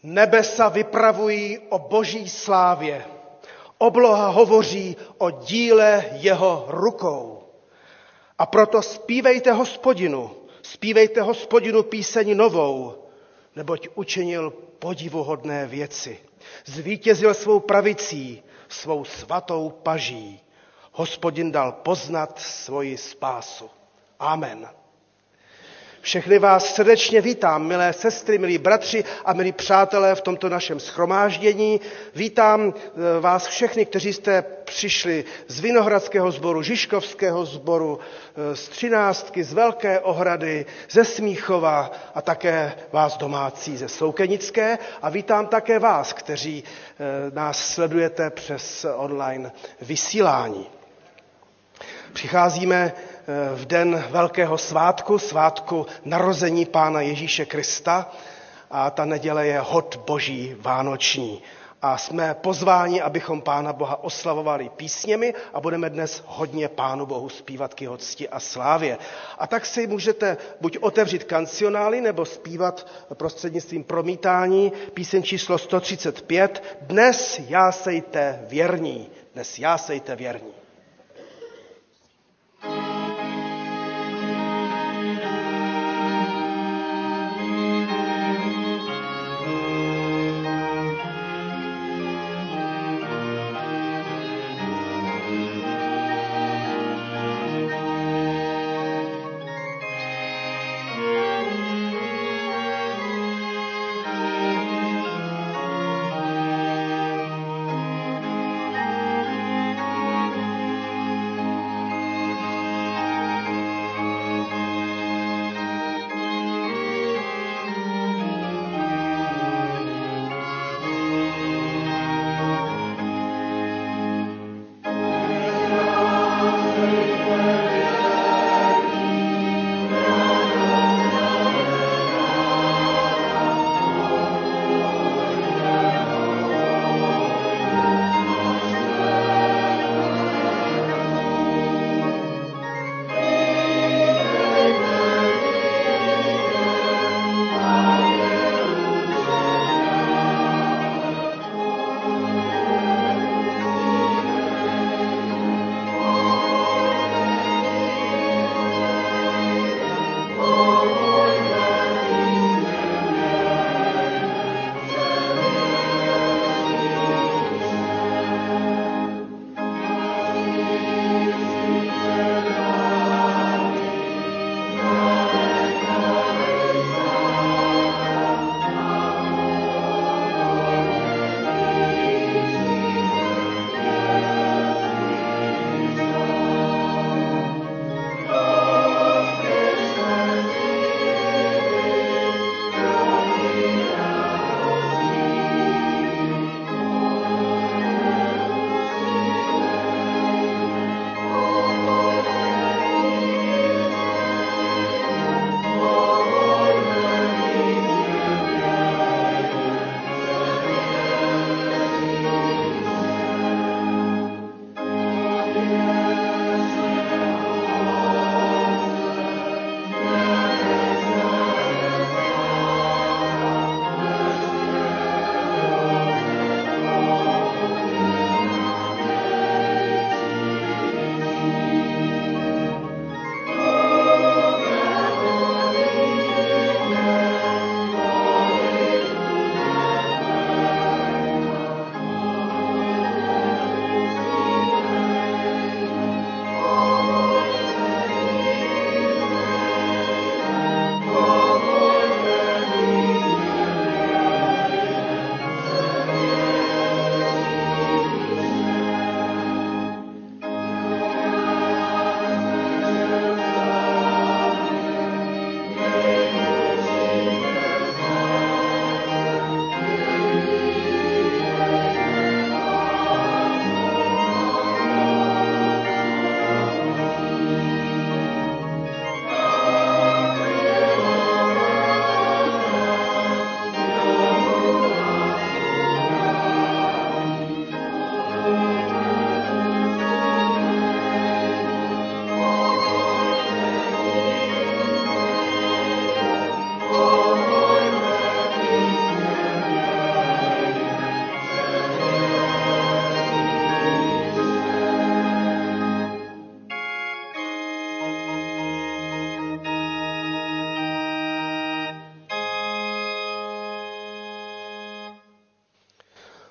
Nebesa vypravují o boží slávě, obloha hovoří o díle jeho rukou. A proto zpívejte Hospodinu píseň novou, neboť učinil podivuhodné věci. Zvítězil svou pravicí, svou svatou paží. Hospodin dal poznat svoji spásu. Amen. Všechny vás srdečně vítám, milé sestry, milí bratři a milí přátelé v tomto našem shromáždění. Vítám vás všechny, kteří jste přišli z Vinohradského sboru, Žižkovského sboru, z Třináctky, z Velké Ohrady, ze Smíchova a také vás domácí ze Soukenické. A vítám také vás, kteří nás sledujete přes online vysílání. Přicházíme v den velkého svátku narození Pána Ježíše Krista a ta neděle je hod Boží vánoční. A jsme pozváni, abychom Pána Boha oslavovali písněmi a budeme dnes hodně Pánu Bohu zpívat k jeho cti a slávě. A tak si můžete buď otevřít kancionály nebo zpívat prostřednictvím promítání píseň číslo 135 Dnes jásejte věrní. Dnes jásejte věrní.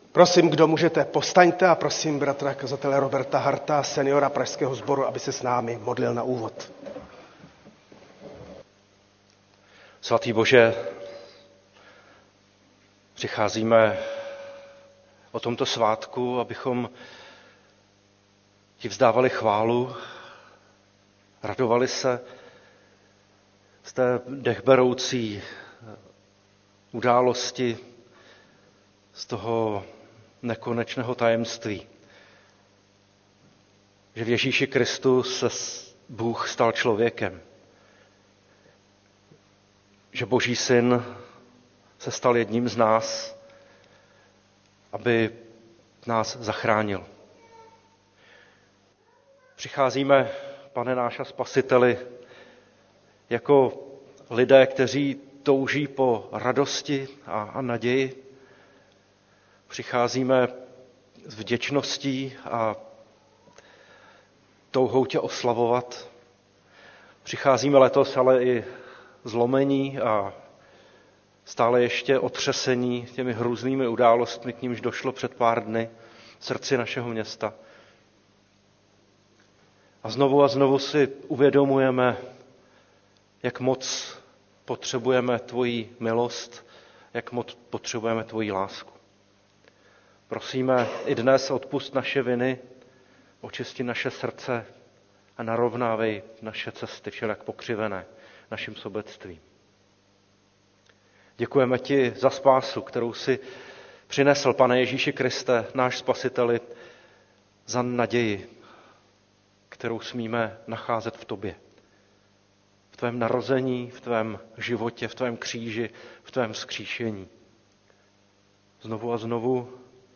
Prosím, kdo můžete, povstaňte a prosím bratra kazatele Roberta Harta, seniora Pražského sboru, aby se s námi modlil na úvod. Svatý Bože, přicházíme o tomto svátku, abychom ti vzdávali chválu, radovali se z té dechberoucí události, z toho nekonečného tajemství, že v Ježíši Kristu se Bůh stal člověkem, že Boží syn se stal jedním z nás, aby nás zachránil. Přicházíme, Pane náš a Spasiteli, jako lidé, kteří touží po radosti a naději. Přicházíme s vděčností a touhou tě oslavovat. Přicházíme letos ale i zlomení a stále ještě otřesení těmi hrůznými událostmi, k nímž došlo před pár dny v srdci našeho města. A znovu si uvědomujeme, jak moc potřebujeme tvoji milost, jak moc potřebujeme tvoji lásku. Prosíme i dnes odpusť naše viny, očisti naše srdce a narovnávej naše cesty všelijak pokřivené naším sobectvím. Děkujeme ti za spásu, kterou si přinesl, Pane Ježíši Kriste, náš Spasiteli, za naději, kterou smíme nacházet v tobě. V tvém narození, v tvém životě, v tvém kříži, v tvém vzkříšení. Znovu a znovu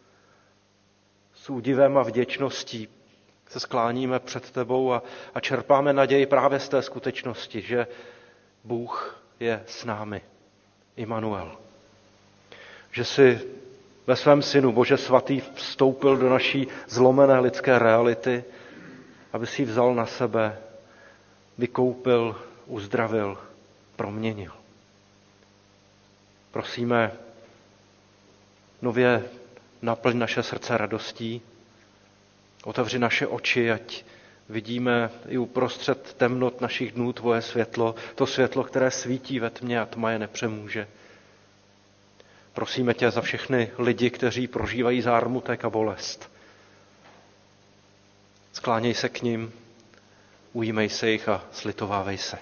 s údivem a vděčností se skláníme před tebou a čerpáme naději právě z té skutečnosti, že Bůh je s námi, Immanuel. Že jsi ve svém synu, Bože svatý, vstoupil do naší zlomené lidské reality, aby si ji vzal na sebe, vykoupil, uzdravil, proměnil. Prosíme, nově naplň naše srdce radostí, otevři naše oči, ať vidíme i uprostřed temnot našich dnů tvoje světlo, to světlo, které svítí ve tmě a tma je nepřemůže. Prosíme tě za všechny lidi, kteří prožívají zármutek a bolest. Skláněj se k nim, ujímej se jich a slitovávej se.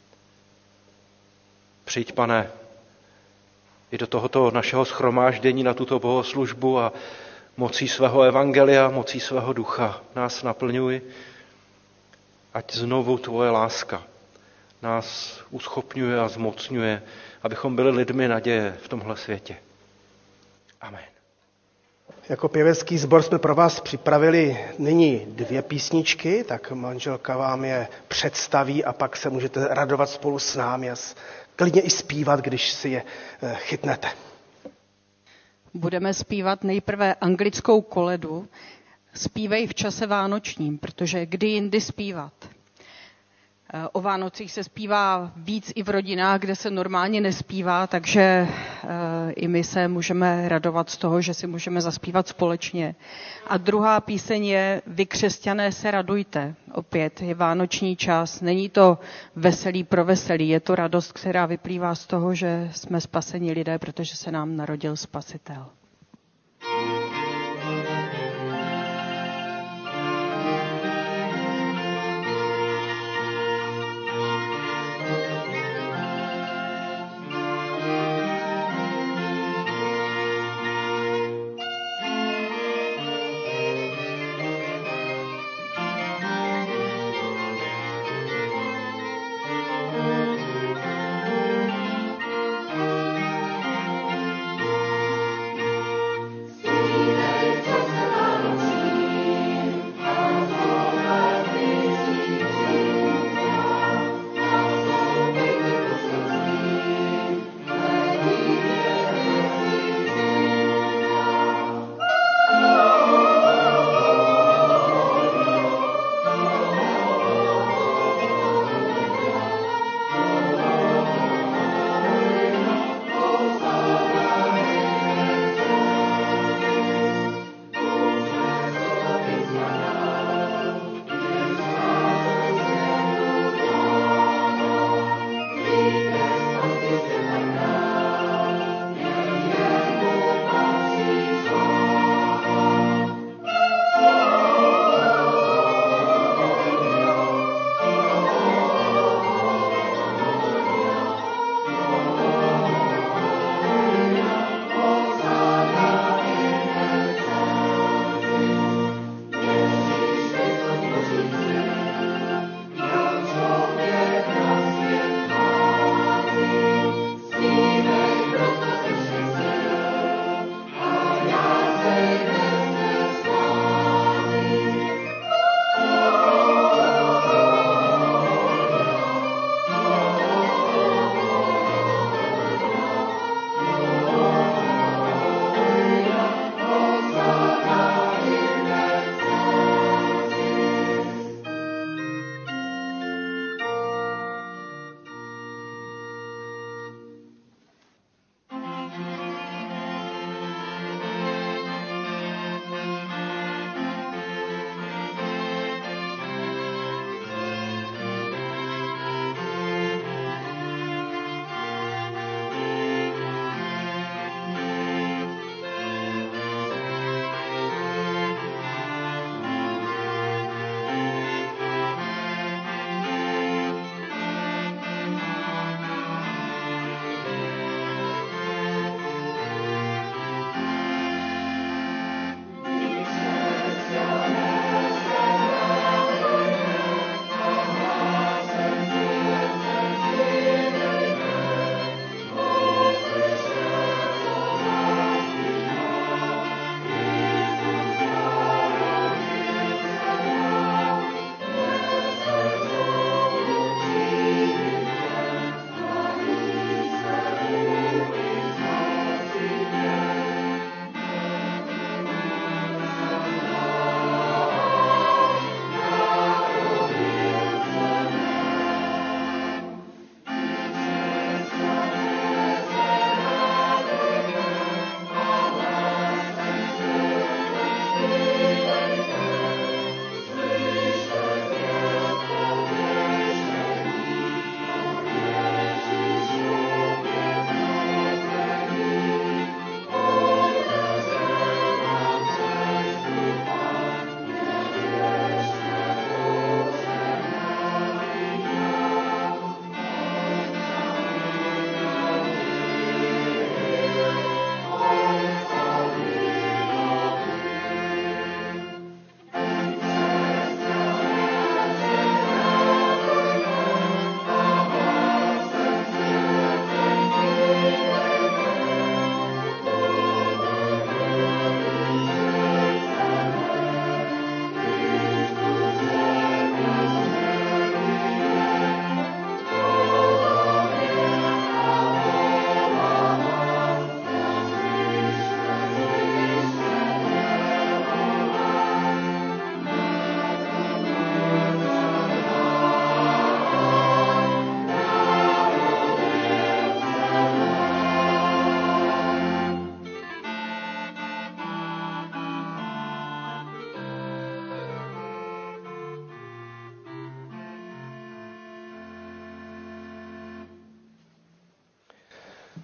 Přijď, Pane, i do tohoto našeho shromáždění na tuto bohoslužbu a mocí svého evangelia, mocí svého ducha nás naplňuj, ať znovu tvoje láska nás uschopňuje a zmocňuje, abychom byli lidmi naděje v tomhle světě. Amen. Jako pěvecký sbor jsme pro vás připravili nyní 2 písničky, tak manželka vám je představí a pak se můžete radovat spolu s námi a klidně i zpívat, když si je chytnete. Budeme zpívat nejprve anglickou koledu. Zpívej v čase vánočním, protože kdy jindy zpívat. O Vánocích se zpívá víc i v rodinách, kde se normálně nespívá, takže i my se můžeme radovat z toho, že si můžeme zaspívat společně. A druhá píseň je Vy křesťané se radujte. Opět je vánoční čas, není to veselý pro veselý, je to radost, která vyplývá z toho, že jsme spaseni lidé, protože se nám narodil Spasitel.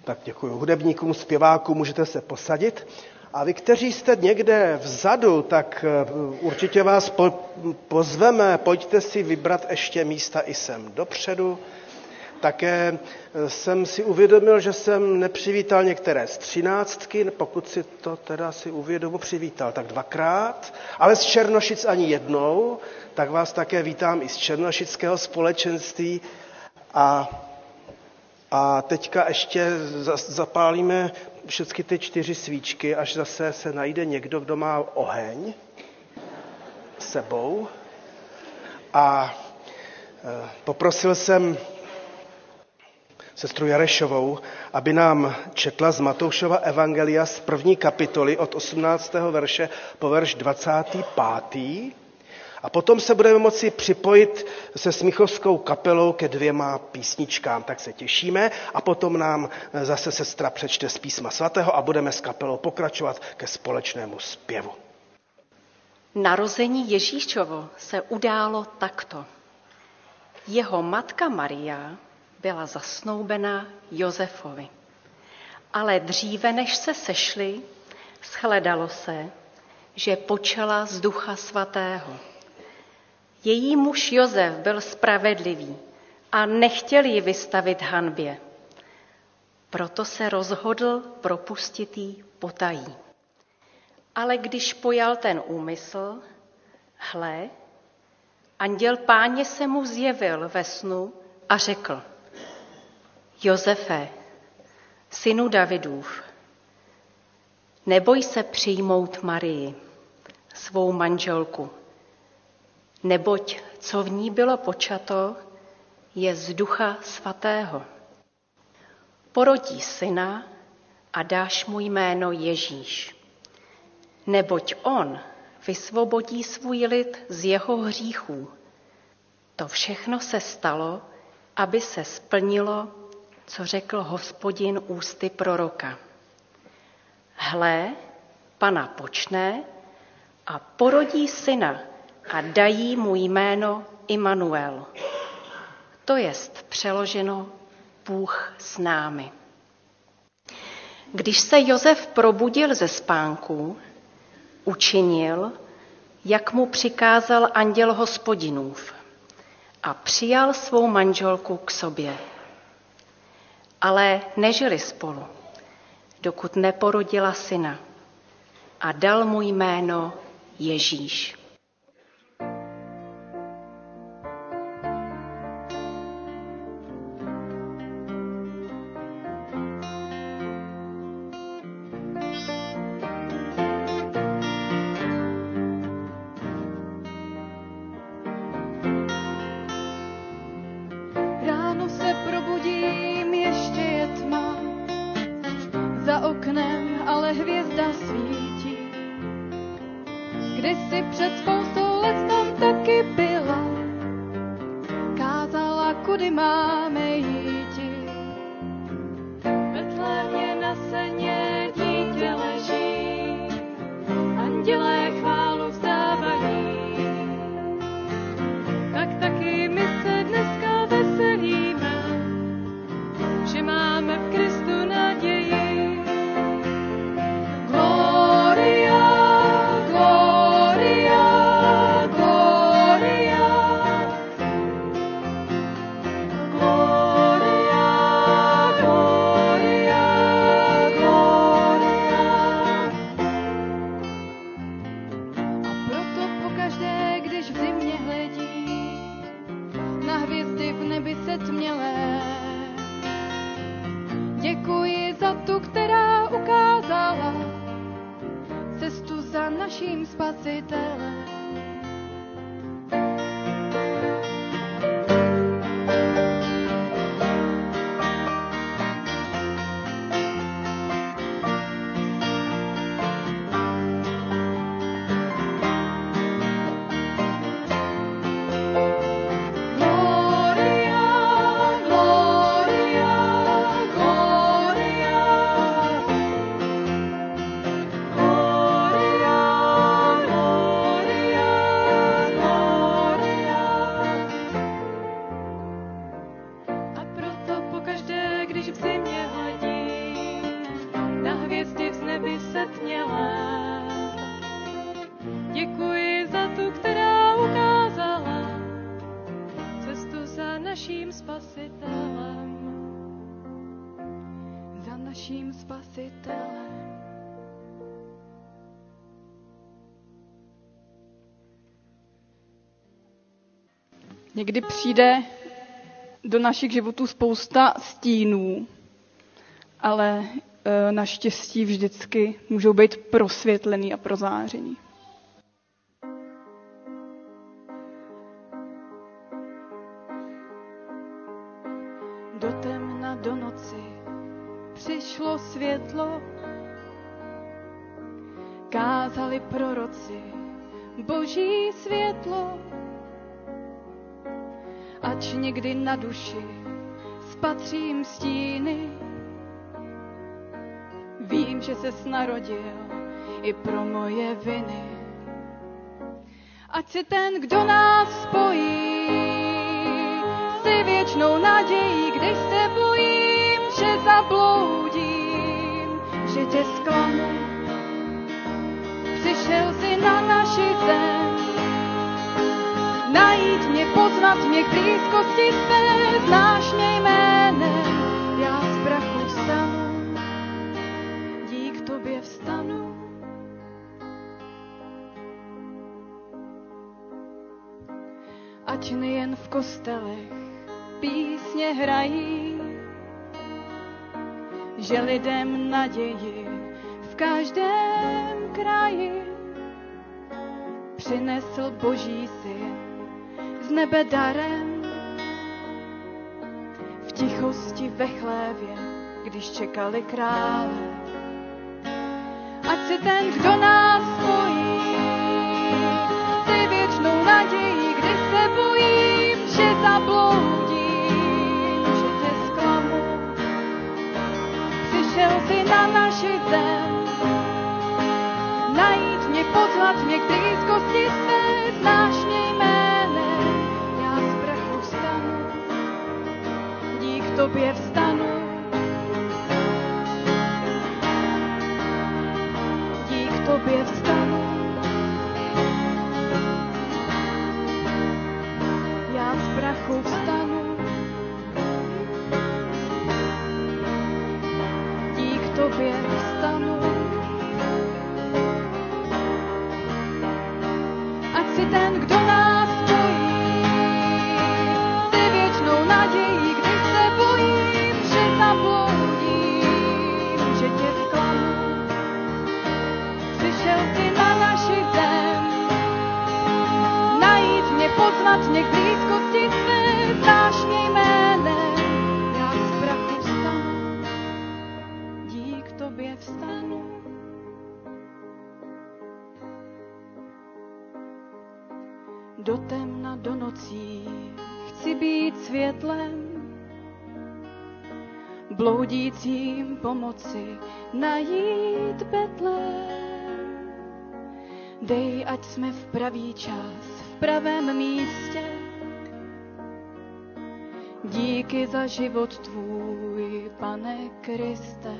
Tak děkuji hudebníkům, zpěvákům, můžete se posadit. A vy, kteří jste někde vzadu, tak určitě vás pozveme, pojďte si vybrat ještě místa i sem dopředu. Také jsem si uvědomil, že jsem nepřivítal některé z 13, pokud si to teda si uvědomu, přivítal tak 2krát, ale z Černošic ani jednou, tak vás také vítám i z černošického společenství. A teďka ještě zapálíme všechny ty 4 svíčky, až zase se najde někdo, kdo má oheň s sebou. A poprosil jsem sestru Jarešovou, aby nám četla z Matoušova evangelia z 1. kapitoly od 18. verše po verš 25. A potom se budeme moci připojit se Smíchovskou kapelou ke 2 písničkám. Tak se těšíme a potom nám zase sestra přečte z Písma svatého a budeme s kapelou pokračovat ke společnému zpěvu. Narození Ježíšovo se událo takto. Jeho matka Maria byla zasnoubena Josefovi. Ale dříve, než se sešli, shledalo se, že počala z Ducha Svatého. Její muž Josef byl spravedlivý a nechtěl ji vystavit hanbě. Proto se rozhodl propustit ji potají. Ale když pojal ten úmysl, hle, anděl Páně se mu zjevil ve snu a řekl: Josefe, synu Davidův, neboj se přijmout Marii, svou manželku, neboť co v ní bylo počato, je z Ducha Svatého. Porodí syna a dáš mu jméno Ježíš, neboť on vysvobodí svůj lid z jeho hříchů. To všechno se stalo, aby se splnilo, co řekl Hospodin ústy proroka. Hle, Pana počne a porodí syna a dají mu jméno Immanuel. To jest přeloženo Bůh s námi. Když se Josef probudil ze spánku, učinil, jak mu přikázal anděl Hospodinův, a přijal svou manželku k sobě. Ale nežili spolu, dokud neporodila syna, a dal mu jméno Ježíš. Gloria, nebi setmělé. Děkuji za tu, která ukázala cestu za naším spasitelem. Za naším spasitelem. Někdy přijde do našich životů spousta stínů, ale naštěstí vždycky můžou být prosvětlený a prozářený. Do temna, do noci přišlo světlo, kázali proroci Boží světlo. Ač někdy na duši spatřím stíny, vím, že ses narodil i pro moje viny. Ať si ten, kdo nás spojí, si věčnou nadějí, když se bojím, že zabloudím, že tě zklamu. Přišel si na naši zem, najít mě, poznat mě k blízkosti své, znáš mě jménem, já z prachu vstanu, dík tobě vstanu. Ať nejen v kostelech písně hrají, že lidem naději v každém kraji přinesl Boží syn z nebe darem, v tichosti ve chlévě, když čekali krále. Ať si ten, kdo nás spojí, si věčnou nadějí, když se bojím, že zabloudím, že tě zklamu. Přišel si na naši zem, najít mě, poznat mě k blízkosti své, znáš mě jménem, já z prachu vstanu, dík tobě vstanu. Dík tobě vstanu, já z prachu vstanu, dík tobě vstanu. Ať si ten, kdo nás spojí, si věčnou nadějí, když se bojím, že zabloudím, že tě zklamu. Přišel si na naši zem, najít mě, poznat mě k blízkosti své, znáš mě jménem, já z prachu vstanu, dík tobě vstanu. Do temna, do nocí chci být světlem, bloudícím pomoci najít Betlém. Dej, ať jsme v pravý čas, v pravém místě. Díky za život tvůj, Pane Kriste.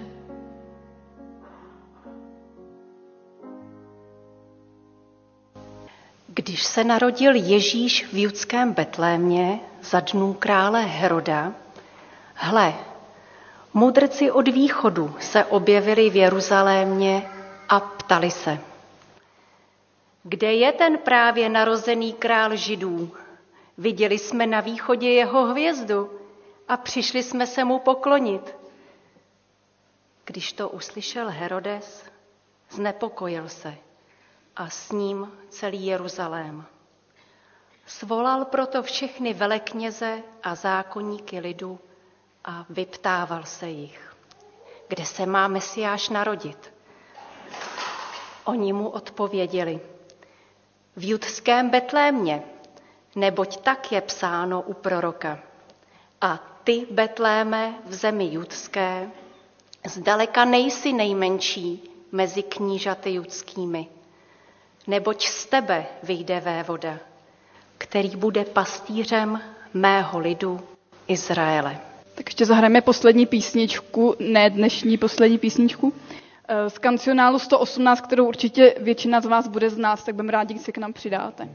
Když se narodil Ježíš v judském Betlémě za dnů krále Heroda, hle, mudrci od východu se objevili v Jeruzalémě a ptali se: Kde je ten právě narozený král Židů? Viděli jsme na východě jeho hvězdu a přišli jsme se mu poklonit. Když to uslyšel Herodes, znepokojil se a s ním celý Jeruzalém. Svolal proto všechny velekněze a zákonníky lidu a vyptával se jich, kde se má Mesiáš narodit. Oni mu odpověděli: v judském Betlémě, neboť tak je psáno u proroka. A ty, Betléme, v zemi judské, zdaleka nejsi nejmenší mezi knížaty judskými, neboť z tebe vyjde vévoda, který bude pastýřem mého lidu Izraele. Tak ještě zahrajeme poslední písničku, ne dnešní poslední písničku. z kancionálu 118, kterou určitě většina z vás bude znát, tak budeme rádi, když se k nám přidáte.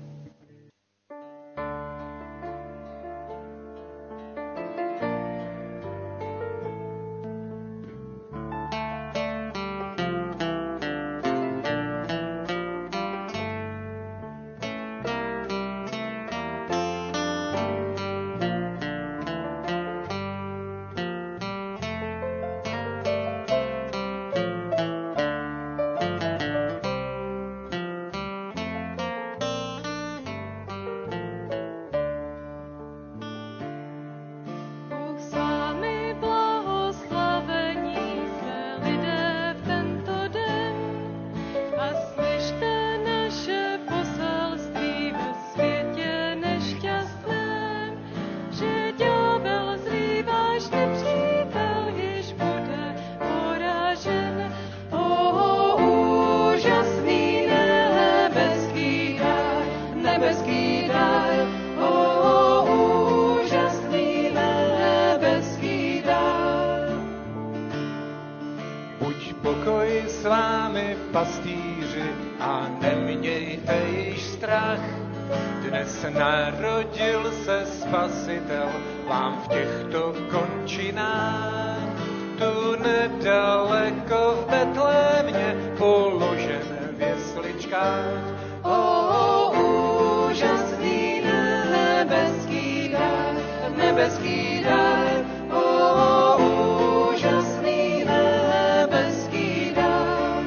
Pastýři, a nemějte již strach. Dnes narodil se Spasitel vám v těchto končinách. Tu nedaleko v Betlémě položen v jesličkách. O, úžasný nebeský dar, nebeský dar. O, úžasný nebeský dar.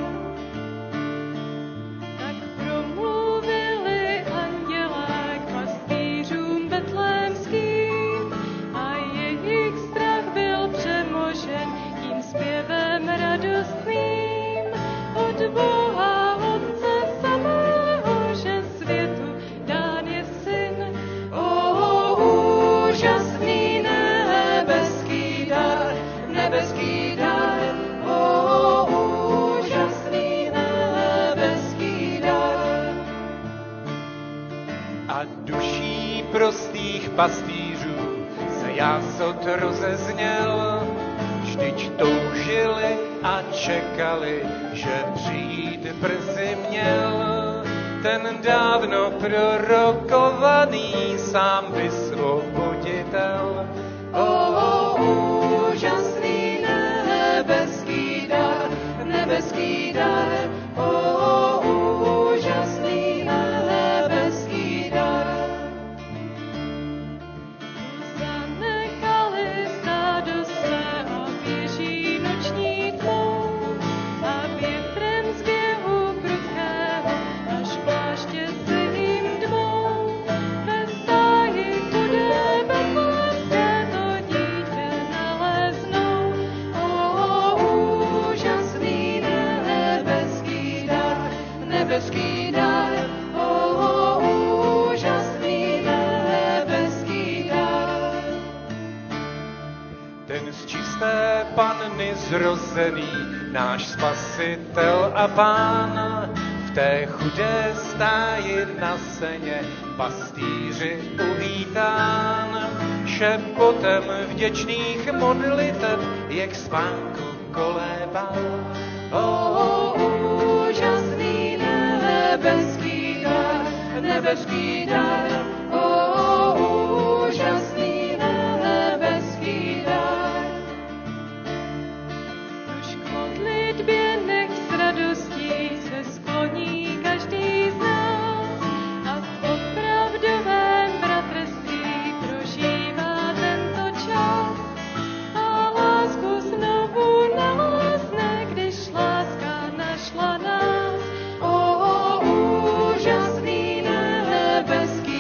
Tak promluvili andělé k pastýřům betlémským a jejich strach byl přemožen tím zpěvem radostným od Boha Otce samého, že světu dán je syn. O, úžasný nebeský dar, nebeský dar. O, úžasný nebeský dar. A duší prostých pastýřů se jásot rozezněl. Vždyť toužili a čekali, že přijít brzy měl ten dávno prorokovaný sám vysvoboditel. O, úžasný nebeský dar, nebeský dar. O, úžasný nebeský dar. Zanechali stádo své a běží noční tmou a větrem z běhu prudkého až pláště si jim dmou. Ve stáji bude betlémské to dítě naleznou. O, úžasný nebeský dar, nebeský dar. O, úžasný nebeský dar. Ten z čisté panny zrozený, náš Spasitel a Pán, v té chudé stáji na seně pastýři uvítán. Šepotem vděčných modliteb je k spánku kolébá. O, úžasný nebeský dar, nebeský dar. O, úžasný nebeský dar. Už k modlitbě nech s radostí se skloní každý z nás a v opravdovém bratrství prožívá tento čas. A lásku znovu nalásne, když láska našla nás. O, úžasný nebeský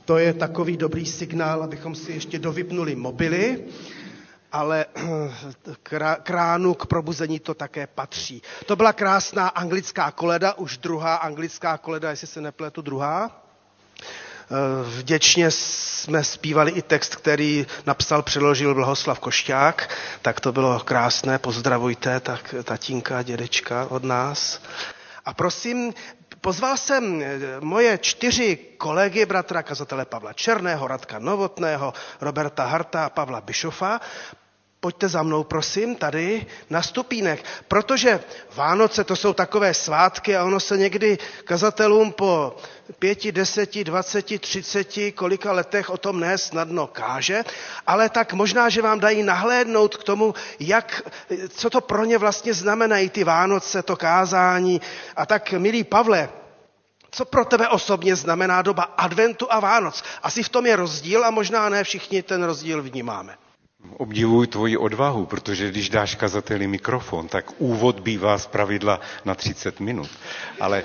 To je takový dobrý signál, abychom si ještě dovypnuli mobily, ale k ránu, k probuzení to také patří. To byla krásná anglická koleda, už druhá anglická koleda, jestli se nepletu, druhá. Vděčně jsme zpívali i text, který napsal, přeložil Blahoslav Košťák, tak to bylo krásné, pozdravujte tak tatínka, dědečka od nás. A prosím, pozval jsem moje 4 kolegy, bratra kazatele Pavla Černého, Radka Novotného, Roberta Harta a Pavla Bišofa. Pojďte za mnou, prosím, tady na stupínek, protože Vánoce to jsou takové svátky a ono se někdy kazatelům po 5, 10, 20, 30, kolika letech o tom ne snadno káže, ale tak možná, že vám dají nahlédnout k tomu, co to pro ně vlastně znamenají ty Vánoce, to kázání. A tak, milý Pavle, co pro tebe osobně znamená doba adventu a Vánoc? Asi v tom je rozdíl a možná ne všichni ten rozdíl vnímáme. Obdivuji tvoji odvahu, protože když dáš kazateli mikrofon, tak úvod bývá zpravidla na 30 minut. Ale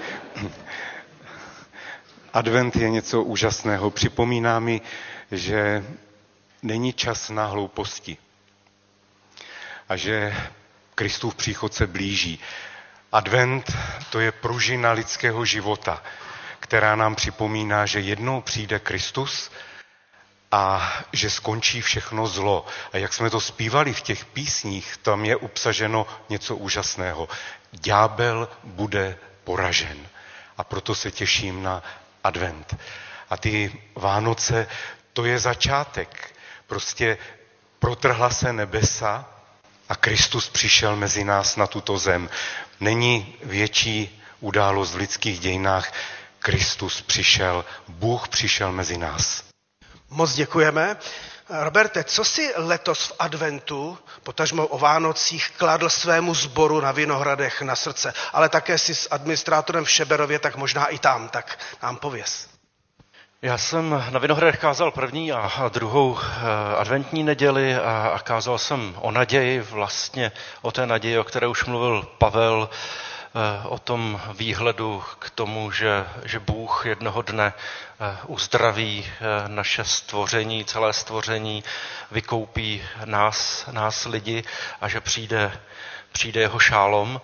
advent je něco úžasného. Připomíná mi, že není čas na hlouposti a že Kristův příchod se blíží. Advent to je pružina lidského života, která nám připomíná, že jednou přijde Kristus a že skončí všechno zlo. A jak jsme to zpívali v těch písních, tam je obsaženo něco úžasného. Ďábel bude poražen. A proto se těším na advent. A ty Vánoce, to je začátek. Prostě protrhla se nebesa a Kristus přišel mezi nás na tuto zem. Není větší událost v lidských dějinách. Kristus přišel, Bůh přišel mezi nás. Moc děkujeme. Roberte, co si letos v adventu, potažmo o Vánocích, kladl svému sboru na Vinohradech na srdce, ale také si s administrátorem v Šeberově, tak možná i tam, tak nám pověz. Já jsem na Vinohradech kázal první a druhou adventní neděli a kázal jsem o naději, vlastně o té naději, o které už mluvil Pavel, o tom výhledu k tomu, že Bůh jednoho dne uzdraví naše stvoření, celé stvoření, vykoupí nás lidi a že přijde jeho šálom.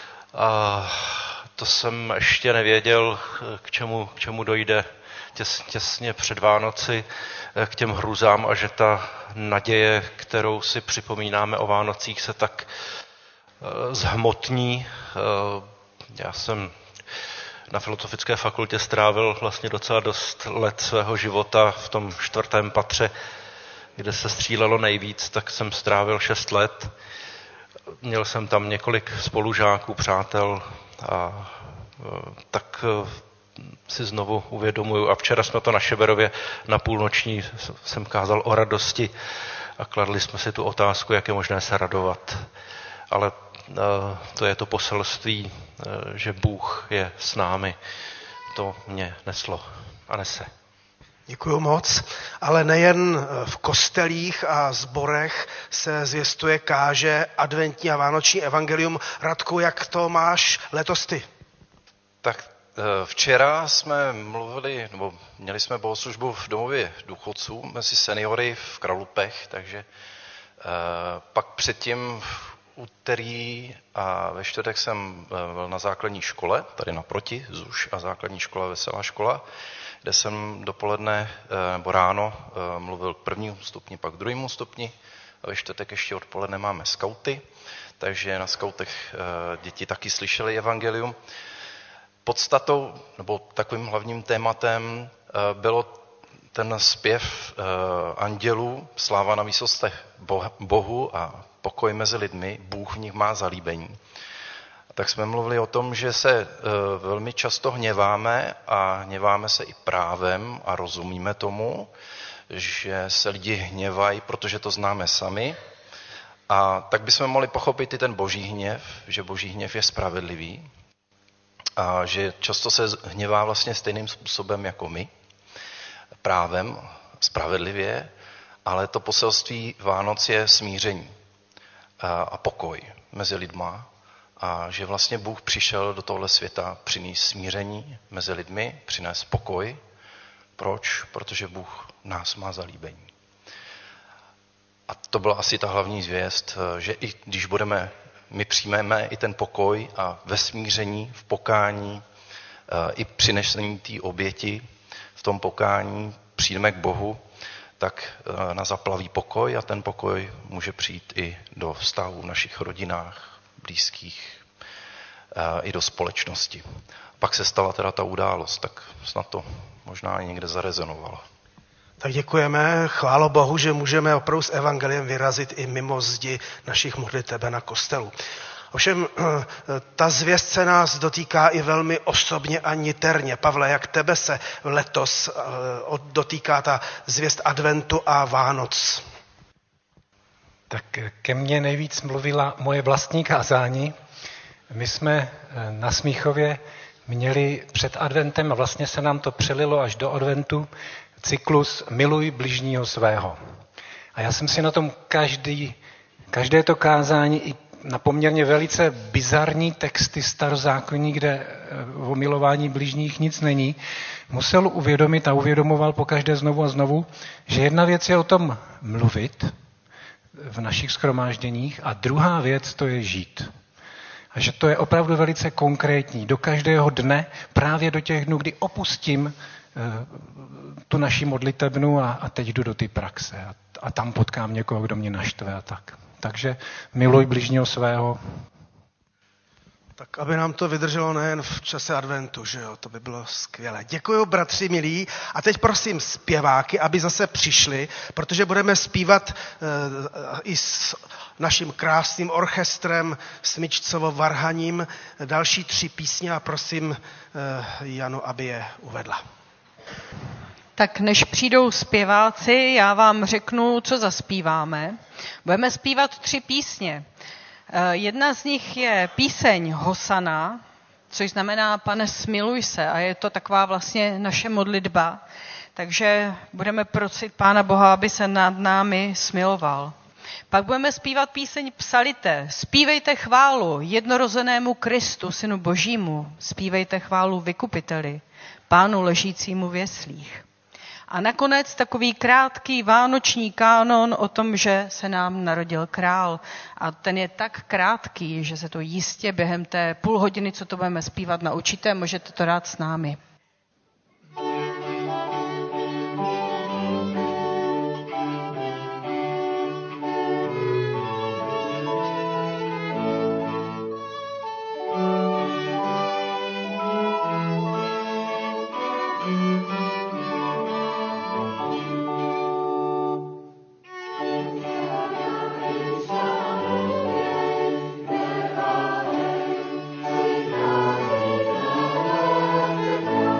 To jsem ještě nevěděl, k čemu dojde těsně před Vánoci, k těm hrůzám a že ta naděje, kterou si připomínáme o Vánocích, se tak zhmotní. Já jsem na Filozofické fakultě strávil vlastně docela dost let svého života v tom 4. patře, kde se střílelo nejvíc, tak jsem strávil 6 let. Měl jsem tam několik spolužáků, přátel a tak si znovu uvědomuju. A včera jsme to na Šeberově na půlnoční jsem kázal o radosti a kladli jsme si tu otázku, jak je možné se radovat. Ale to je to poselství, že Bůh je s námi. To mě neslo a nese. Děkuju moc, ale nejen v kostelích a sborech se zvěstuje, káže adventní a vánoční evangelium. Radku, jak to máš letos ty? Tak včera jsme měli jsme bohoslužbu v domově důchodců mezi seniory v Kralupech, takže pak předtím úterý a ve čtvrtek jsem byl na základní škole, tady naproti, ZUŠ a základní škola, Veselá škola, kde jsem dopoledne nebo ráno mluvil k 1. stupni, pak k 2. stupni. A ve čtvrtek ještě odpoledne máme skauty, takže na skautech děti taky slyšeli evangelium. Podstatou, nebo takovým hlavním tématem bylo ten zpěv andělů, sláva na výsostech Bohu a pokoj mezi lidmi, Bůh v nich má zalíbení. A tak jsme mluvili o tom, že se velmi často hněváme a hněváme se i právem a rozumíme tomu, že se lidi hněvají, protože to známe sami. A tak bychom mohli pochopit i ten boží hněv, že boží hněv je spravedlivý a že často se hněvá vlastně stejným způsobem jako my, právem, spravedlivě, ale to poselství Vánoc je smíření a pokoj mezi lidma a že vlastně Bůh přišel do tohle světa přinést smíření mezi lidmi, přinést pokoj, Proč? Protože Bůh nás má zalíbení. A to byla asi ta hlavní zvěst, že i když my přijmeme i ten pokoj a ve smíření, v pokání, i přinesení té oběti, v tom pokání přijdeme k Bohu, tak nás zaplaví pokoj a ten pokoj může přijít i do vztahů v našich rodinách, blízkých, i do společnosti. Pak se stala teda ta událost, tak snad to možná někde zarezonovalo. Tak děkujeme, chválo Bohu, že můžeme opravdu s evangeliem vyrazit i mimo zdi našich modliteben na kostelu. Ovšem, ta zvěst se nás dotýká i velmi osobně a niterně. Pavle, jak tebe se letos dotýká ta zvěst adventu a Vánoc? Tak ke mně nejvíc mluvila moje vlastní kázání. My jsme na Smíchově měli před adventem, a vlastně se nám to přelilo až do adventu, cyklus Miluj bližního svého. A já jsem si na tom každé to kázání i na poměrně velice bizarní texty starozákonní, kde o milování bližních nic není, musel uvědomit a uvědomoval pokaždé znovu a znovu, že jedna věc je o tom mluvit v našich shromážděních a druhá věc to je žít. A že to je opravdu velice konkrétní. Do každého dne, právě do těch dnů, kdy opustím tu naši modlitebnu a teď jdu do té praxe a tam potkám někoho, kdo mě naštve a tak. Takže miluj bližního svého. Tak aby nám to vydrželo nejen v čase adventu, že jo, to by bylo skvělé. Děkuji, bratři milí. A teď prosím zpěváky, aby zase přišli, protože budeme zpívat i s naším krásným orchestrem Smyčcovo Varhaním další 3 písně a prosím Janu, aby je uvedla. Tak než přijdou zpěváci, já vám řeknu, co zaspíváme. Budeme zpívat 3 písně. Jedna z nich je píseň Hosana, což znamená Pane, smiluj se, a je to taková vlastně naše modlitba. Takže budeme prosit Pána Boha, aby se nad námi smiloval. Pak budeme zpívat píseň Psalite. Zpívejte chválu jednorozenému Kristu, Synu Božímu. Zpívejte chválu Vykupiteli, Pánu ležícímu v jeslích. A nakonec takový krátký vánoční kánon o tom, že se nám narodil král. A ten je tak krátký, že se to jistě během té půl hodiny, co to budeme zpívat, naučíte. Můžete to dát s námi. Thank you.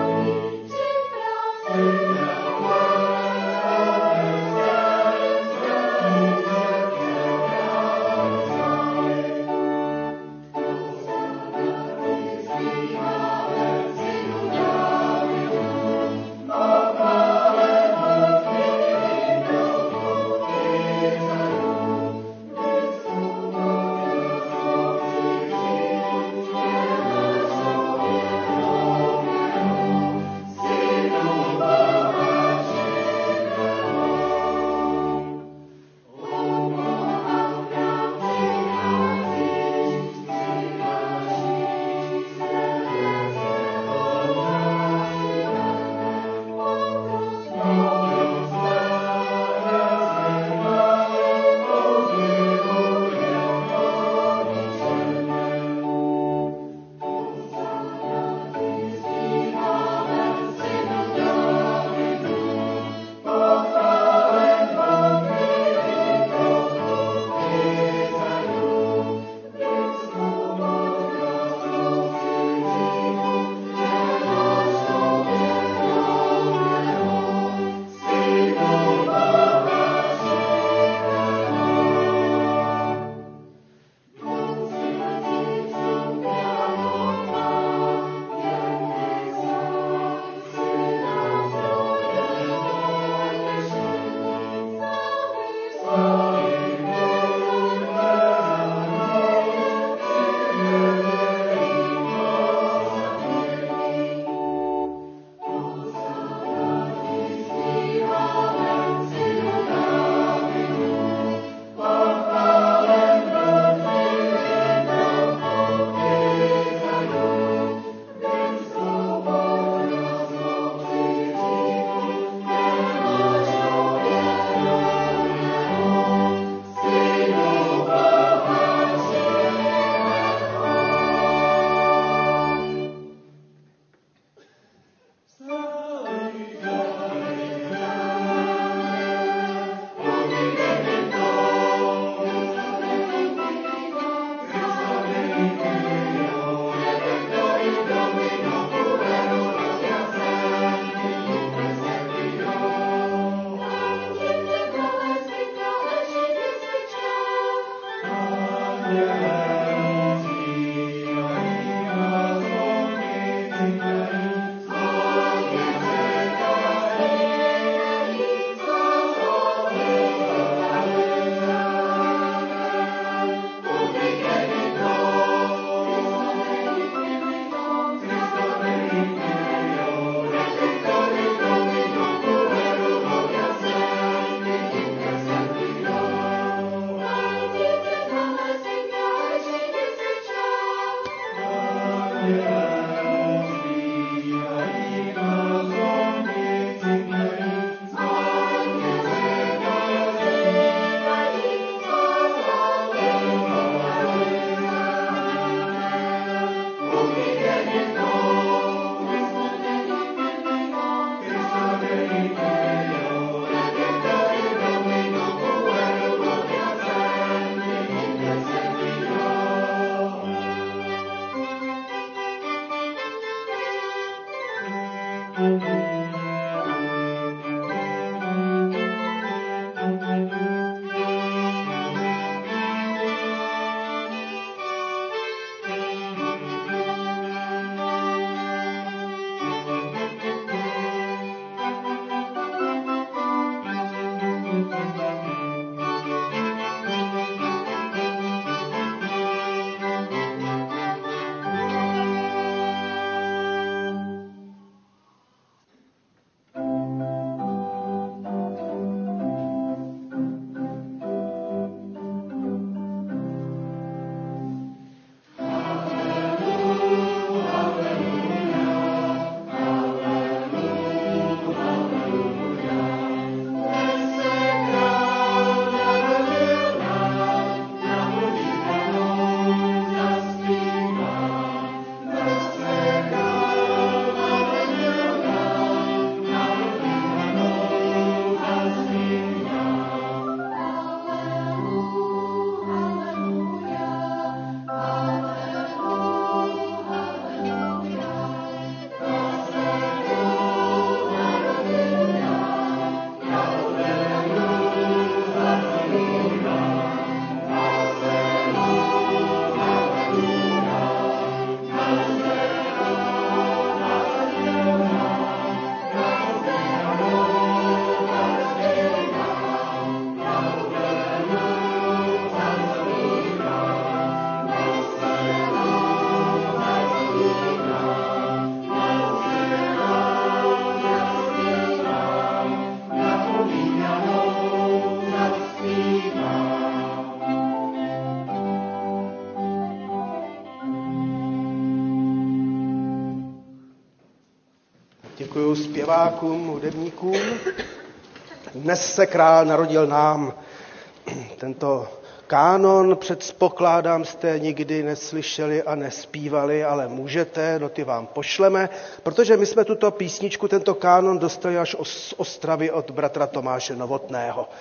Děkuji zpěvákům, hudebníkům. Dnes se král narodil nám. Tento kánon, předpokládám, jste nikdy neslyšeli a nespívali, ale můžete, no ty vám pošleme, protože my jsme tuto písničku, tento kánon dostali až z Ostravy od bratra Tomáše Novotného.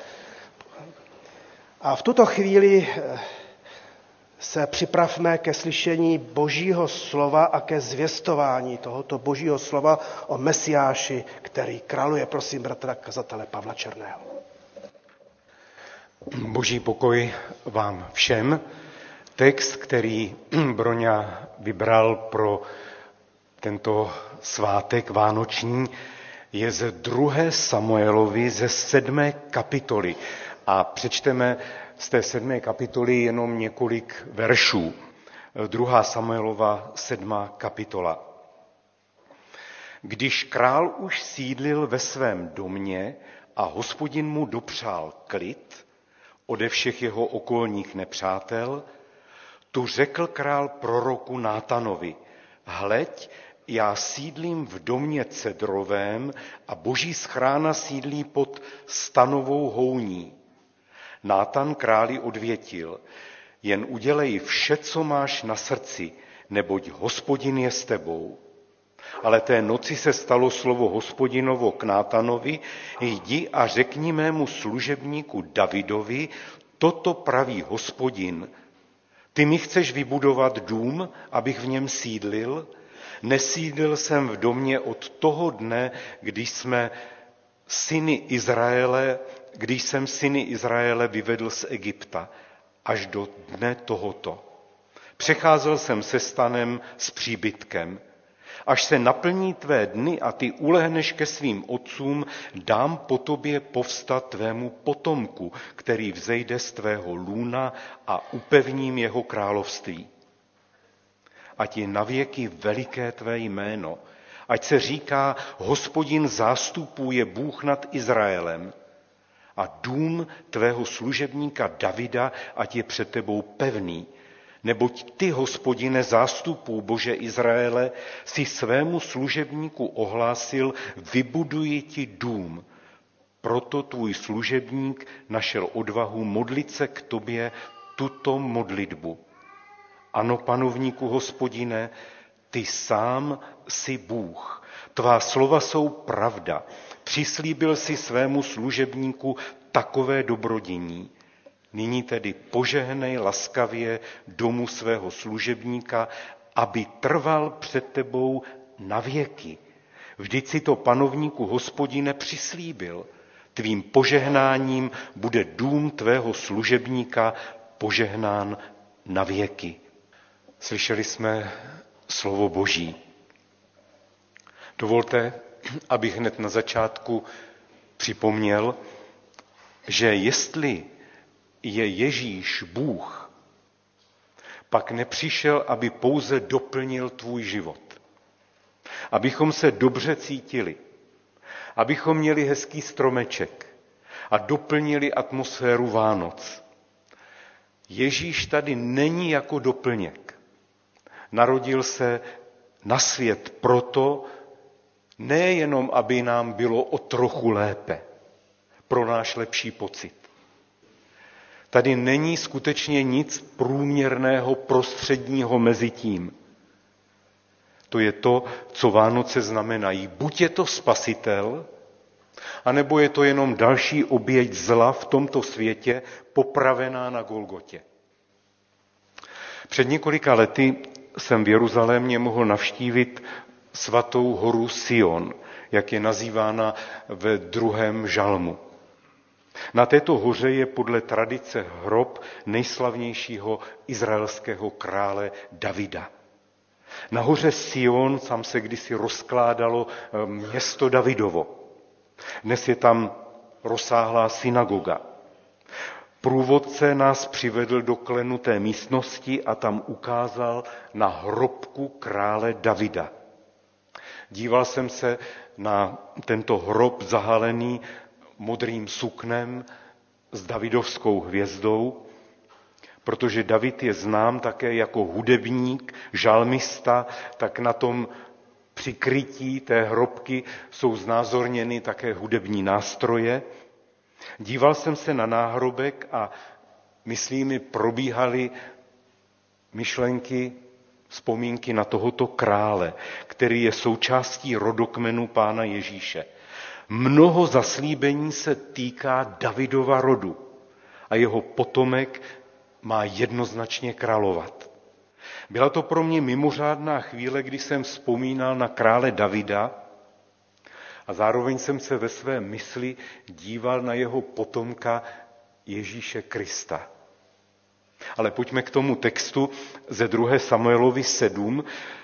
A v tuto chvíli se připravme ke slyšení Božího slova a ke zvěstování tohoto Božího slova o Mesiáši, který králuje. Prosím bratra kazatele Pavla Černého. Boží pokoj vám všem. Text, který Broňa vybral pro tento svátek vánoční, je ze 2. Samuelovi ze 7. kapitoly. A přečteme z té 7. kapitoly jenom několik veršů. 2. Samuelova 7. kapitola. Když král už sídlil ve svém domě a Hospodin mu dopřál klid ode všech jeho okolních nepřátel, tu řekl král proroku Nátanovi: hleď, já sídlím v domě cedrovém a Boží schrána sídlí pod stanovou houní. Nátan králi odvětil: jen udělej vše, co máš na srdci, neboť Hospodin je s tebou. Ale té noci se stalo slovo Hospodinovo k Nátanovi: jdi a řekni mému služebníku Davidovi, toto praví Hospodin. Ty mi chceš vybudovat dům, abych v něm sídlil? Nesídlil jsem v domě od toho dne, když jsem syny Izraele vyvedl z Egypta, až do dne tohoto. Přecházel jsem se stanem s příbytkem. Až se naplní tvé dny a ty ulehneš ke svým otcům, dám po tobě povstat tvému potomku, který vzejde z tvého lůna, a upevním jeho království. Ať je navěky veliké tvé jméno, ať se říká: Hospodin zástupů je Bůh nad Izraelem. A dům tvého služebníka Davida, ať je před tebou pevný. Neboť ty, Hospodine, zástupů Bože Izraele, si svému služebníku ohlásil, vybuduji ti dům. Proto tvůj služebník našel odvahu modlit se k tobě tuto modlitbu. Ano, panovníku Hospodine, ty sám jsi Bůh. Tvá slova jsou pravda. Přislíbil si svému služebníku takové dobrodiní. Nyní tedy požehnej laskavě domu svého služebníka, aby trval před tebou na věky. Vždyť si to, panovníku Hospodine, přislíbil. Tvým požehnáním bude dům tvého služebníka požehnán na věky. Slyšeli jsme slovo Boží. Dovolte, abych hned na začátku připomněl, že jestli je Ježíš Bůh, pak nepřišel, aby pouze doplnil tvůj život. Abychom se dobře cítili, abychom měli hezký stromeček a doplnili atmosféru Vánoc. Ježíš tady není jako doplněk. Narodil se na svět proto, nejenom aby nám bylo o trochu lépe, pro náš lepší pocit. Tady není skutečně nic průměrného, prostředního mezi tím. To je to, co Vánoce znamenají. Buď je to spasitel, anebo je to jenom další oběť zla v tomto světě, popravená na Golgotě. Před několika lety jsem v Jeruzalémě mohl navštívit svatou horu Sion, jak je nazývána ve 2. žalmu. Na této hoře je podle tradice hrob nejslavnějšího izraelského krále Davida. Na hoře Sion tam se kdysi rozkládalo město Davidovo. Dnes je tam rozsáhlá synagoga. Průvodce nás přivedl do klenuté místnosti a tam ukázal na hrobku krále Davida. Díval jsem se na tento hrob zahalený modrým suknem s davidovskou hvězdou, protože David je znám také jako hudebník, žalmista, tak na tom přikrytí té hrobky jsou znázorněny také hudební nástroje. Díval jsem se na náhrobek a myslím mi probíhaly myšlenky, vzpomínky na tohoto krále, který je součástí rodokmenu Pána Ježíše. Mnoho zaslíbení se týká Davidova rodu a jeho potomek má jednoznačně královat. Byla to pro mě mimořádná chvíle, kdy jsem vzpomínal na krále Davida a zároveň jsem se ve své mysli díval na jeho potomka Ježíše Krista. Ale pojďme k tomu textu ze 2. Samuelovi 7.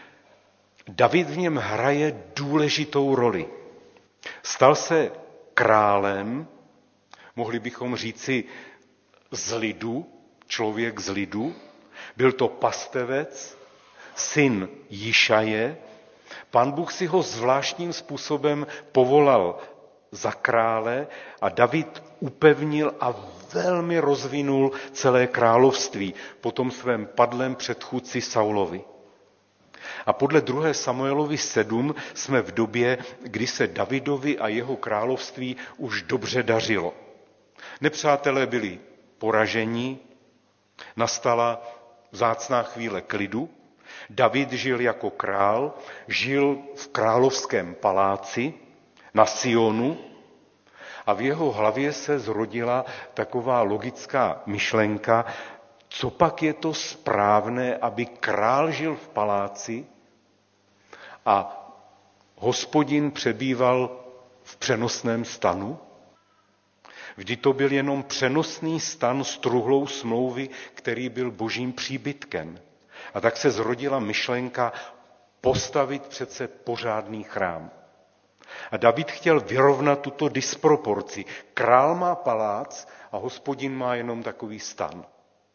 David v něm hraje důležitou roli. Stal se králem, mohli bychom říci z lidu, člověk z lidu. Byl to pastevec, syn Jišaje. Pán Bůh si ho zvláštním způsobem povolal za krále a David upevnil a velmi rozvinul celé království po tom svém padlém předchůdci Saulovi. A podle 2. Samuelovi 7 jsme v době, kdy se Davidovi a jeho království už dobře dařilo. Nepřátelé byli poraženi, nastala vzácná chvíle klidu. David žil jako král, žil v královském paláci na Sionu a v jeho hlavě se zrodila taková logická myšlenka, co pak je to správné, aby král žil v paláci a Hospodin přebýval v přenosném stanu? Vždy to byl jenom přenosný stan s truhlou smlouvy, který byl božím příbytkem. A tak se zrodila myšlenka postavit přece pořádný chrám. A David chtěl vyrovnat tuto disproporci. Král má palác a Hospodin má jenom takový stan.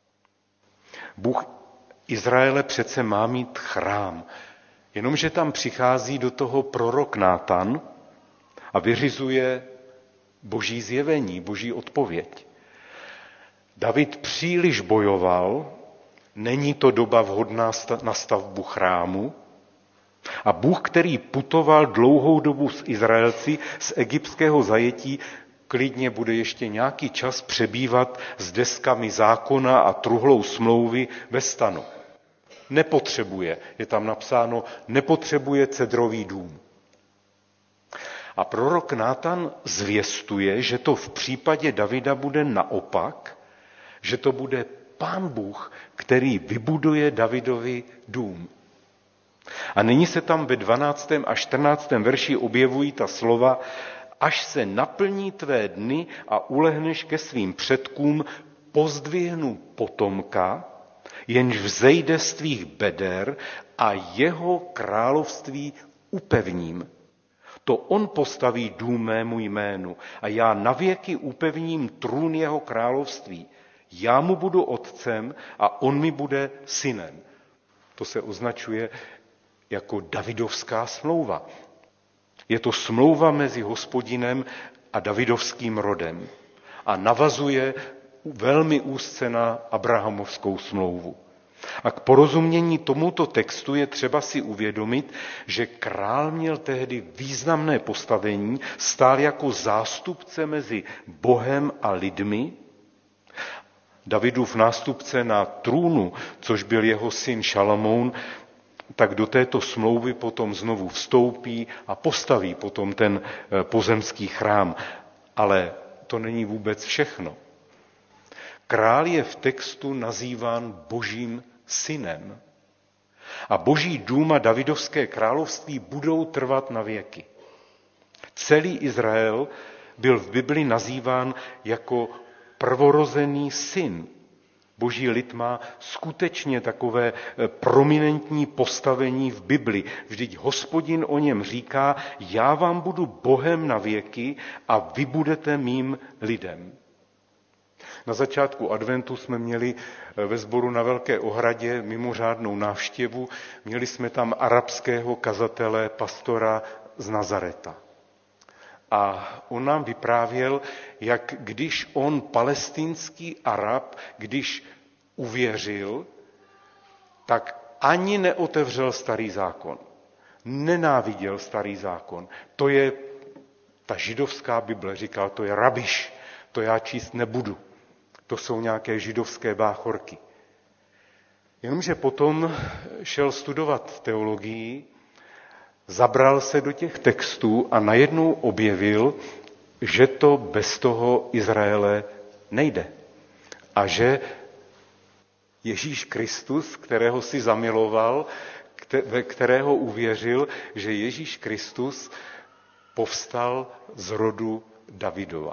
Bůh Izraele přece má mít chrám, jenomže tam přichází do toho prorok Nátan a vyřizuje boží zjevení, boží odpověď. David příliš bojoval, Není to doba vhodná na stavbu chrámu? A Bůh, který putoval dlouhou dobu s Izraelci z egyptského zajetí, klidně bude ještě nějaký čas přebývat s deskami zákona a truhlou smlouvy ve stanu. Nepotřebuje, je tam napsáno, nepotřebuje cedrový dům. A prorok Nátan zvěstuje, že to v případě Davida bude naopak, že to bude Pán Bůh, který vybuduje Davidovi dům. A nyní se tam ve 12. a 14. verši objevují ta slova: až se naplní tvé dny a ulehneš ke svým předkům, pozdvihnu potomka, jenž vzejde z tvých beder a jeho království upevním. To on postaví dům mému jménu a já navěky upevním trůn jeho království. Já mu budu otcem a on mi bude synem. To se označuje jako Davidovská smlouva. Je to smlouva mezi Hospodinem a davidovským rodem a navazuje velmi úzce na abrahamovskou smlouvu. A k porozumění tomuto textu je třeba si uvědomit, že král měl tehdy významné postavení, stál jako zástupce mezi Bohem a lidmi. Davidův nástupce na trůnu, což byl jeho syn Šalamoun, tak do této smlouvy potom znovu vstoupí a postaví potom ten pozemský chrám. Ale to není vůbec všechno. Král je v textu nazýván Božím synem. A Boží dům a Davidovské království budou trvat na věky. Celý Izrael byl v Bibli nazýván jako prvorozený syn. Boží lid má skutečně takové prominentní postavení v Bibli. Vždyť Hospodin o něm říká: já vám budu Bohem na věky a vy budete mým lidem. Na začátku adventu jsme měli ve sboru na Velké Ohradě mimořádnou návštěvu. Měli jsme tam arabského kazatele, pastora z Nazareta. A on nám vyprávěl, jak když on, palestinský Arab, když uvěřil, tak ani neotevřel Starý zákon. Nenáviděl Starý zákon. To je ta židovská Bible, říkal, to je rabiš, to já číst nebudu. To jsou nějaké židovské báchorky. Jenomže potom šel studovat teologii, zabral se do těch textů a najednou objevil, že to bez toho Izraele nejde. A že Ježíš Kristus, kterého si zamiloval, ve kterého uvěřil, že Ježíš Kristus povstal z rodu Davidova.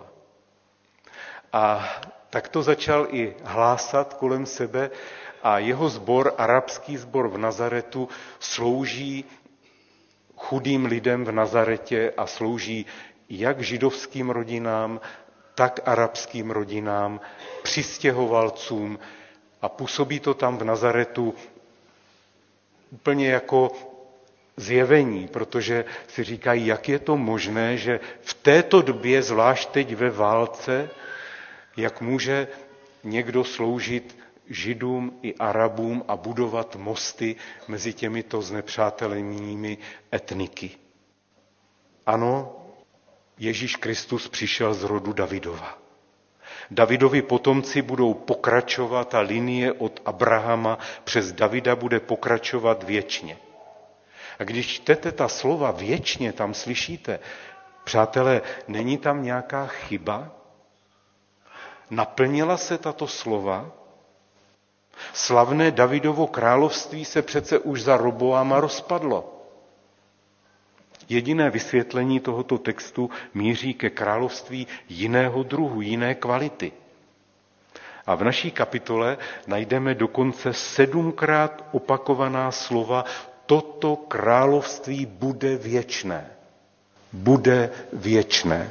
A tak to začal i hlásat kolem sebe a jeho sbor, arabský sbor v Nazaretu, slouží chudým lidem v Nazaretě a slouží jak židovským rodinám, tak arabským rodinám, přistěhovalcům a působí to tam v Nazaretu úplně jako zjevení, protože si říkají, jak je to možné, že v této době, zvlášť teď ve válce, jak může někdo sloužit Židům i Arabům a budovat mosty mezi těmito znepřátelenými etniky. Ano, Ježíš Kristus přišel z rodu Davidova. Davidovi potomci budou pokračovat a linie od Abrahama přes Davida bude pokračovat věčně. A když čtete ta slova věčně, tam slyšíte, přátelé, není tam nějaká chyba? Naplnila se tato slova? Slavné Davidovo království se přece už za Roboama rozpadlo. Jediné vysvětlení tohoto textu míří ke království jiného druhu, jiné kvality. A v naší kapitole najdeme dokonce 7krát opakovaná slova: toto království bude věčné. Bude věčné.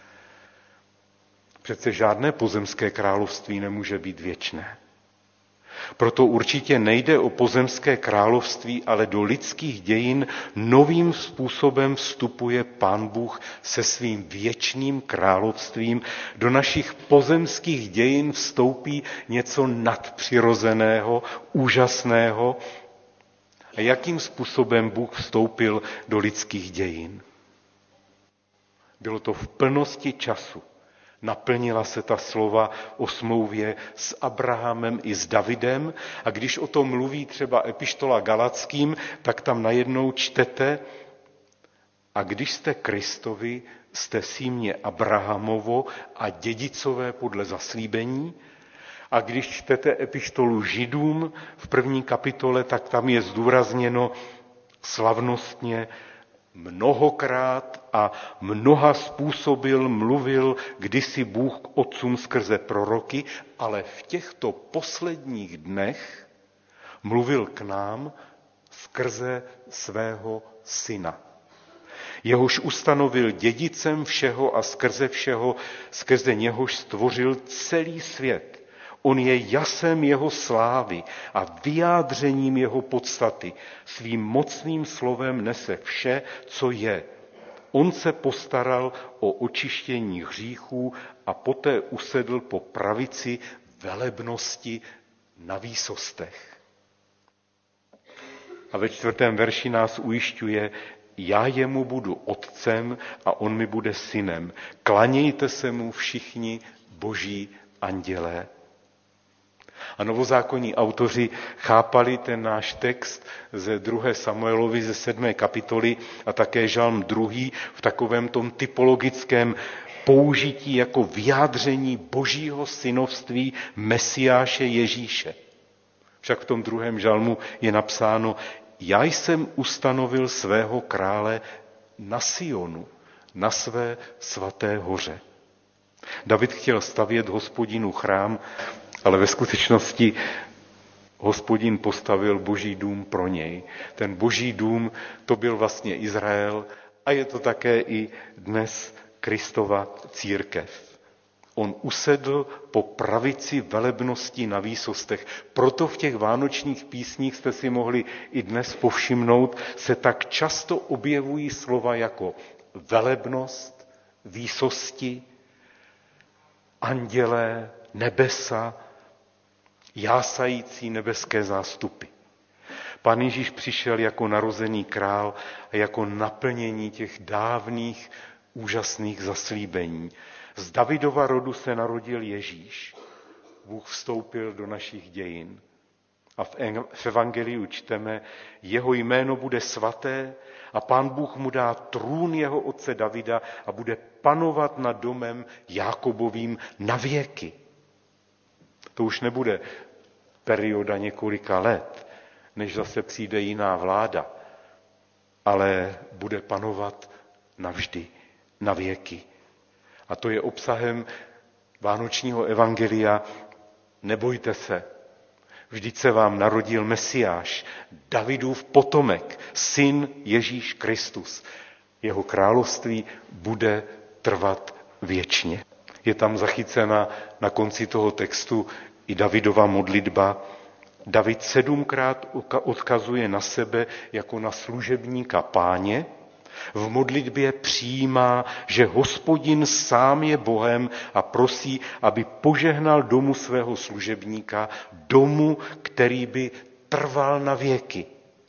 Přece žádné pozemské království nemůže být věčné. Proto určitě nejde o pozemské království, ale do lidských dějin novým způsobem vstupuje Pán Bůh se svým věčným královstvím. Do našich pozemských dějin vstoupí něco nadpřirozeného, úžasného. A jakým způsobem Bůh vstoupil do lidských dějin? Bylo to v plnosti času. Naplnila se ta slova o smlouvě s Abrahamem i s Davidem a když o tom mluví třeba epištola Galackým, tak tam najednou čtete: a když jste Kristovi, jste símě Abrahamovo a dědicové podle zaslíbení. A když čtete epištolu Židům v 1. kapitole, tak tam je zdůrazněno slavnostně: mnohokrát a mnoha způsobil mluvil kdysi Bůh k otcům skrze proroky, ale v těchto posledních dnech mluvil k nám skrze svého syna. Jehož ustanovil dědicem všeho a skrze všeho, skrze něhož stvořil celý svět. On je jasem jeho slávy a vyjádřením jeho podstaty. Svým mocným slovem nese vše, co je. On se postaral o očištění hříchů a poté usedl po pravici velebnosti na výsostech. A ve 4. verši nás ujišťuje: já jemu budu otcem a on mi bude synem. Klanějte se mu všichni boží andělé. A novozákonní autoři chápali ten náš text ze 2. Samuelovi ze 7. kapitoly a také žalm 2. v takovém tom typologickém použití jako vyjádření božího synovství Mesiáše Ježíše. Však v tom 2. žalmu je napsáno: já jsem ustanovil svého krále na Sionu, na své svaté hoře. David chtěl stavět Hospodinu chrám, ale ve skutečnosti Hospodin postavil boží dům pro něj. Ten boží dům, to byl vlastně Izrael a je to také i dnes Kristova církev. On usedl po pravici velebnosti na výsostech. Proto v těch vánočních písních jste si mohli i dnes povšimnout, se tak často objevují slova jako velebnost, výsosti, andělé, nebesa, jásající nebeské zástupy. Pán Ježíš přišel jako narozený král a jako naplnění těch dávných úžasných zaslíbení. Z Davidova rodu se narodil Ježíš. Bůh vstoupil do našich dějin. A v evangeliu čteme: jeho jméno bude svaté a Pán Bůh mu dá trůn jeho otce Davida a bude panovat nad domem Jákobovým na věky. To už nebude perioda několika let, než zase přijde jiná vláda, ale bude panovat navždy, na věky. A to je obsahem vánočního evangelia. Nebojte se, vždyť se vám narodil Mesiáš, Davidův potomek, syn Ježíš Kristus. Jeho království bude trvat věčně. Je tam zachycena na konci toho textu i Davidova modlitba. David 7krát odkazuje na sebe jako na služebníka Páně. V modlitbě přijímá, že Hospodin sám je Bohem a prosí, aby požehnal domu svého služebníka, domu, který by trval na věky.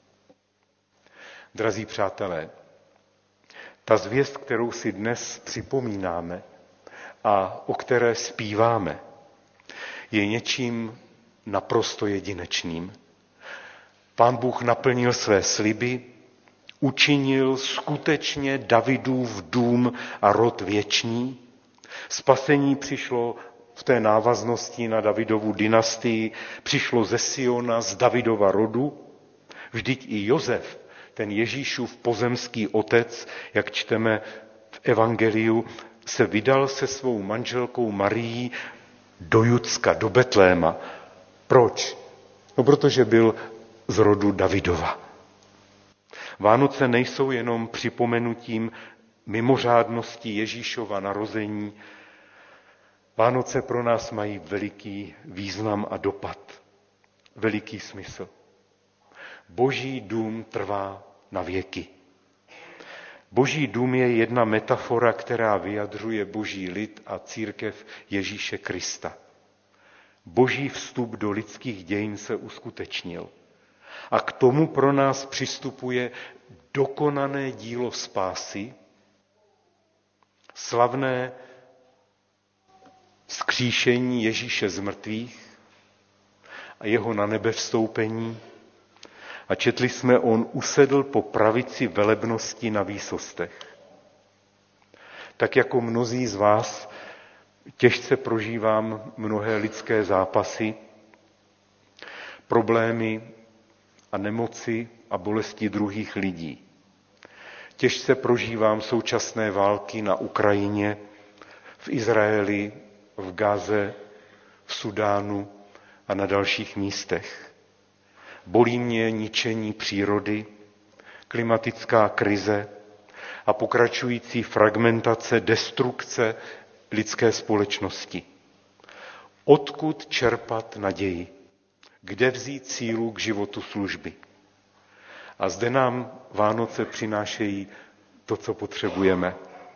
Drazí přátelé, ta zvěst, kterou si dnes připomínáme a o které zpíváme, je něčím naprosto jedinečným. Pán Bůh naplnil své sliby, učinil skutečně Davidův dům a rod věčný. Spasení přišlo v té návaznosti na Davidovu dynastii, přišlo ze Siona, z Davidova rodu. Vždyť i Josef, ten Ježíšův pozemský otec, jak čteme v evangeliu, se vydal se svou manželkou Marií do Judska, do Betléma. Proč? No, protože byl z rodu Davidova. Vánoce nejsou jenom připomenutím mimořádnosti Ježíšova narození. Vánoce pro nás mají veliký význam a dopad. veliký smysl. Boží dům trvá na věky. Boží dům je jedna metafora, která vyjadřuje boží lid a církev Ježíše Krista. Boží vstup do lidských dějin se uskutečnil. A k tomu pro nás přistupuje dokonané dílo spásy, slavné vzkříšení Ježíše z mrtvých a jeho na nebe vstoupení. A četli jsme, on usedl po pravici velebnosti na výsostech. Tak jako mnozí z vás těžce prožívám mnohé lidské zápasy, problémy a nemoci a bolesti druhých lidí. Těžce prožívám současné války na Ukrajině, v Izraeli, v Gaze, v Sudánu a na dalších místech. Bolí mě ničení přírody, klimatická krize a pokračující fragmentace, destrukce lidské společnosti. Odkud čerpat naději? Kde vzít sílu k životu služby? A zde nám Vánoce přinášejí to, co potřebujeme.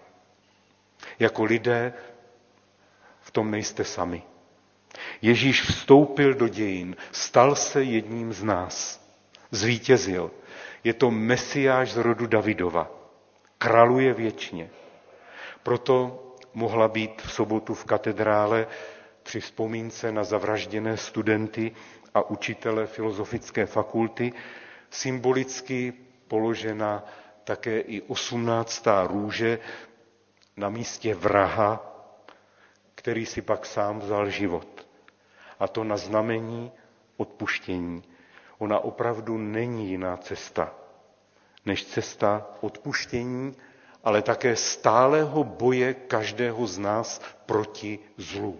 Jako lidé v tom nejste sami. Ježíš vstoupil do dějin, stal se jedním z nás, zvítězil. Je to Mesiáš z rodu Davidova, králuje věčně. Proto mohla být v sobotu v katedrále při vzpomínce na zavražděné studenty a učitele filozofické fakulty symbolicky položena také i 18. růže na místě vraha, který si pak sám vzal život. A to na znamení odpuštění. Ona opravdu není jiná cesta, než cesta odpuštění, ale také stálého boje každého z nás proti zlu.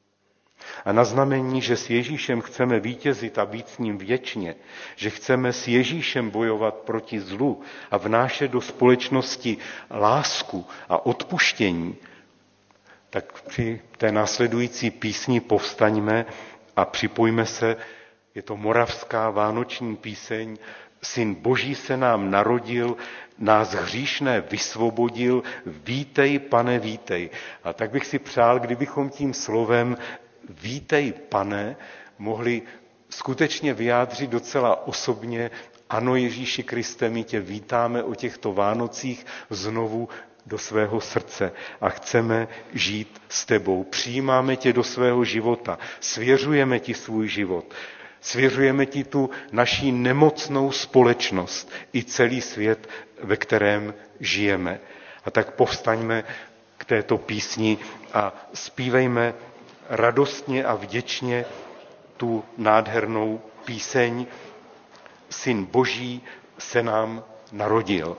A na znamení, že s Ježíšem chceme vítězit a být s ním věčně, že chceme s Ježíšem bojovat proti zlu a vnášet do společnosti lásku a odpuštění, tak při té následující písni povstaňme a připojme se, je to moravská vánoční píseň, Syn Boží se nám narodil, nás hříšné vysvobodil, vítej, Pane, vítej. A tak bych si přál, kdybychom tím slovem vítej, Pane, mohli skutečně vyjádřit docela osobně, ano, Ježíši Kriste, my tě vítáme o těchto Vánocích znovu do svého srdce a chceme žít s tebou. Přijímáme tě do svého života, svěřujeme ti svůj život, svěřujeme ti tu naší nemocnou společnost i celý svět, ve kterém žijeme. A tak povstaňme k této písni a zpívejme radostně a vděčně tu nádhernou píseň Syn Boží se nám narodil.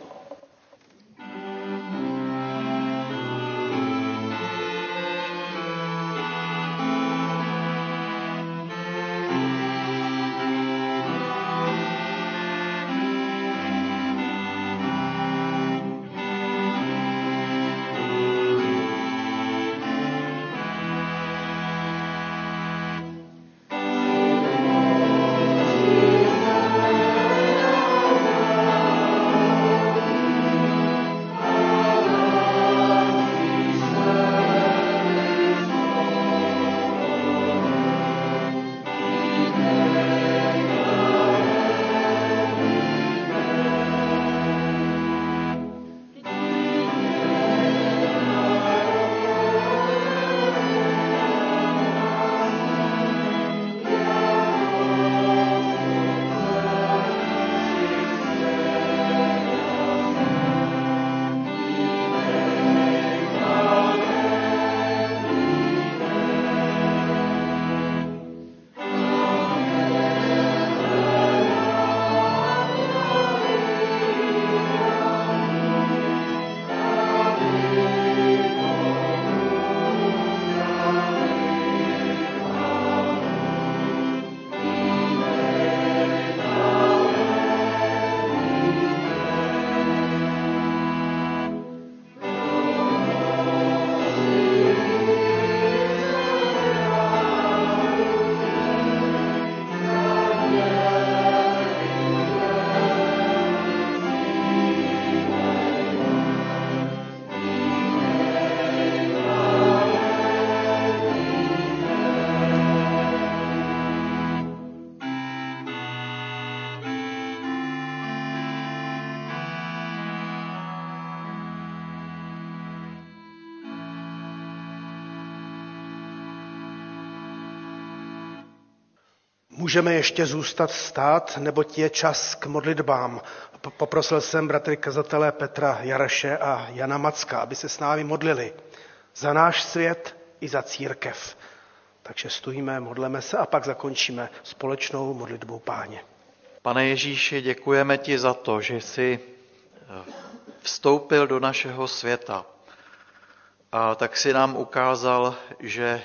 Můžeme ještě zůstat stát, neboť je čas k modlitbám. Poprosil jsem bratry kazatelé Petra Jaraše a Jana Macka, aby se s námi modlili za náš svět i za církev. Takže stojíme, modleme se a pak zakončíme společnou modlitbou Páně. Pane Ježíši, děkujeme ti za to, že jsi vstoupil do našeho světa a tak si nám ukázal, že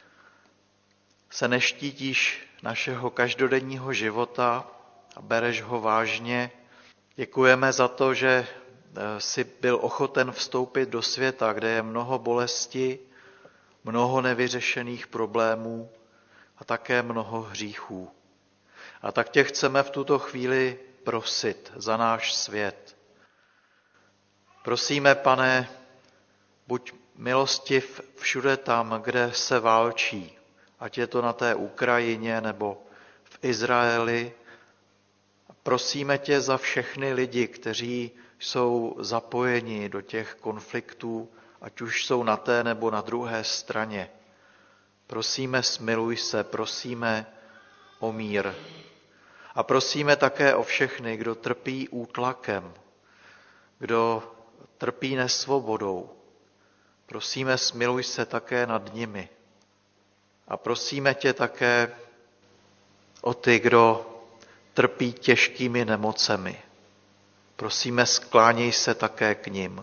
se neštítíš našeho každodenního života a bereš ho vážně. Děkujeme za to, že jsi byl ochoten vstoupit do světa, kde je mnoho bolesti, mnoho nevyřešených problémů a také mnoho hříchů. A tak tě chceme v tuto chvíli prosit za náš svět. Prosíme, Pane, buď milostiv všude tam, kde se válčí, ať je to na té Ukrajině nebo v Izraeli. Prosíme tě za všechny lidi, kteří jsou zapojeni do těch konfliktů, ať už jsou na té nebo na druhé straně. Prosíme, smiluj se, prosíme o mír. A prosíme také o všechny, kdo trpí útlakem, kdo trpí nesvobodou. Prosíme, smiluj se také nad nimi. A prosíme tě také o ty, kdo trpí těžkými nemocemi. Prosíme, skláněj se také k nim.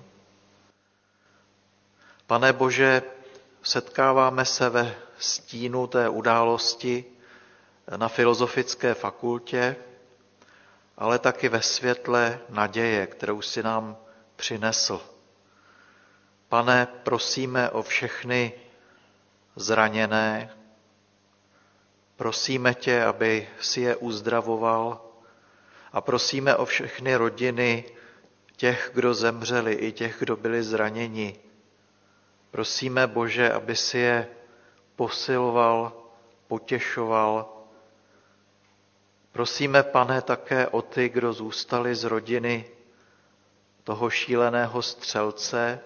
Pane Bože, setkáváme se ve stínu té události na Filozofické fakultě, ale taky ve světle naděje, kterou si nám přinesl. Pane, prosíme o všechny zraněné, prosíme tě, aby si je uzdravoval a prosíme o všechny rodiny těch, kdo zemřeli i těch, kdo byli zraněni. Prosíme, Bože, aby si je posiloval, potěšoval. Prosíme, Pane, také o ty, kdo zůstali z rodiny toho šíleného střelce.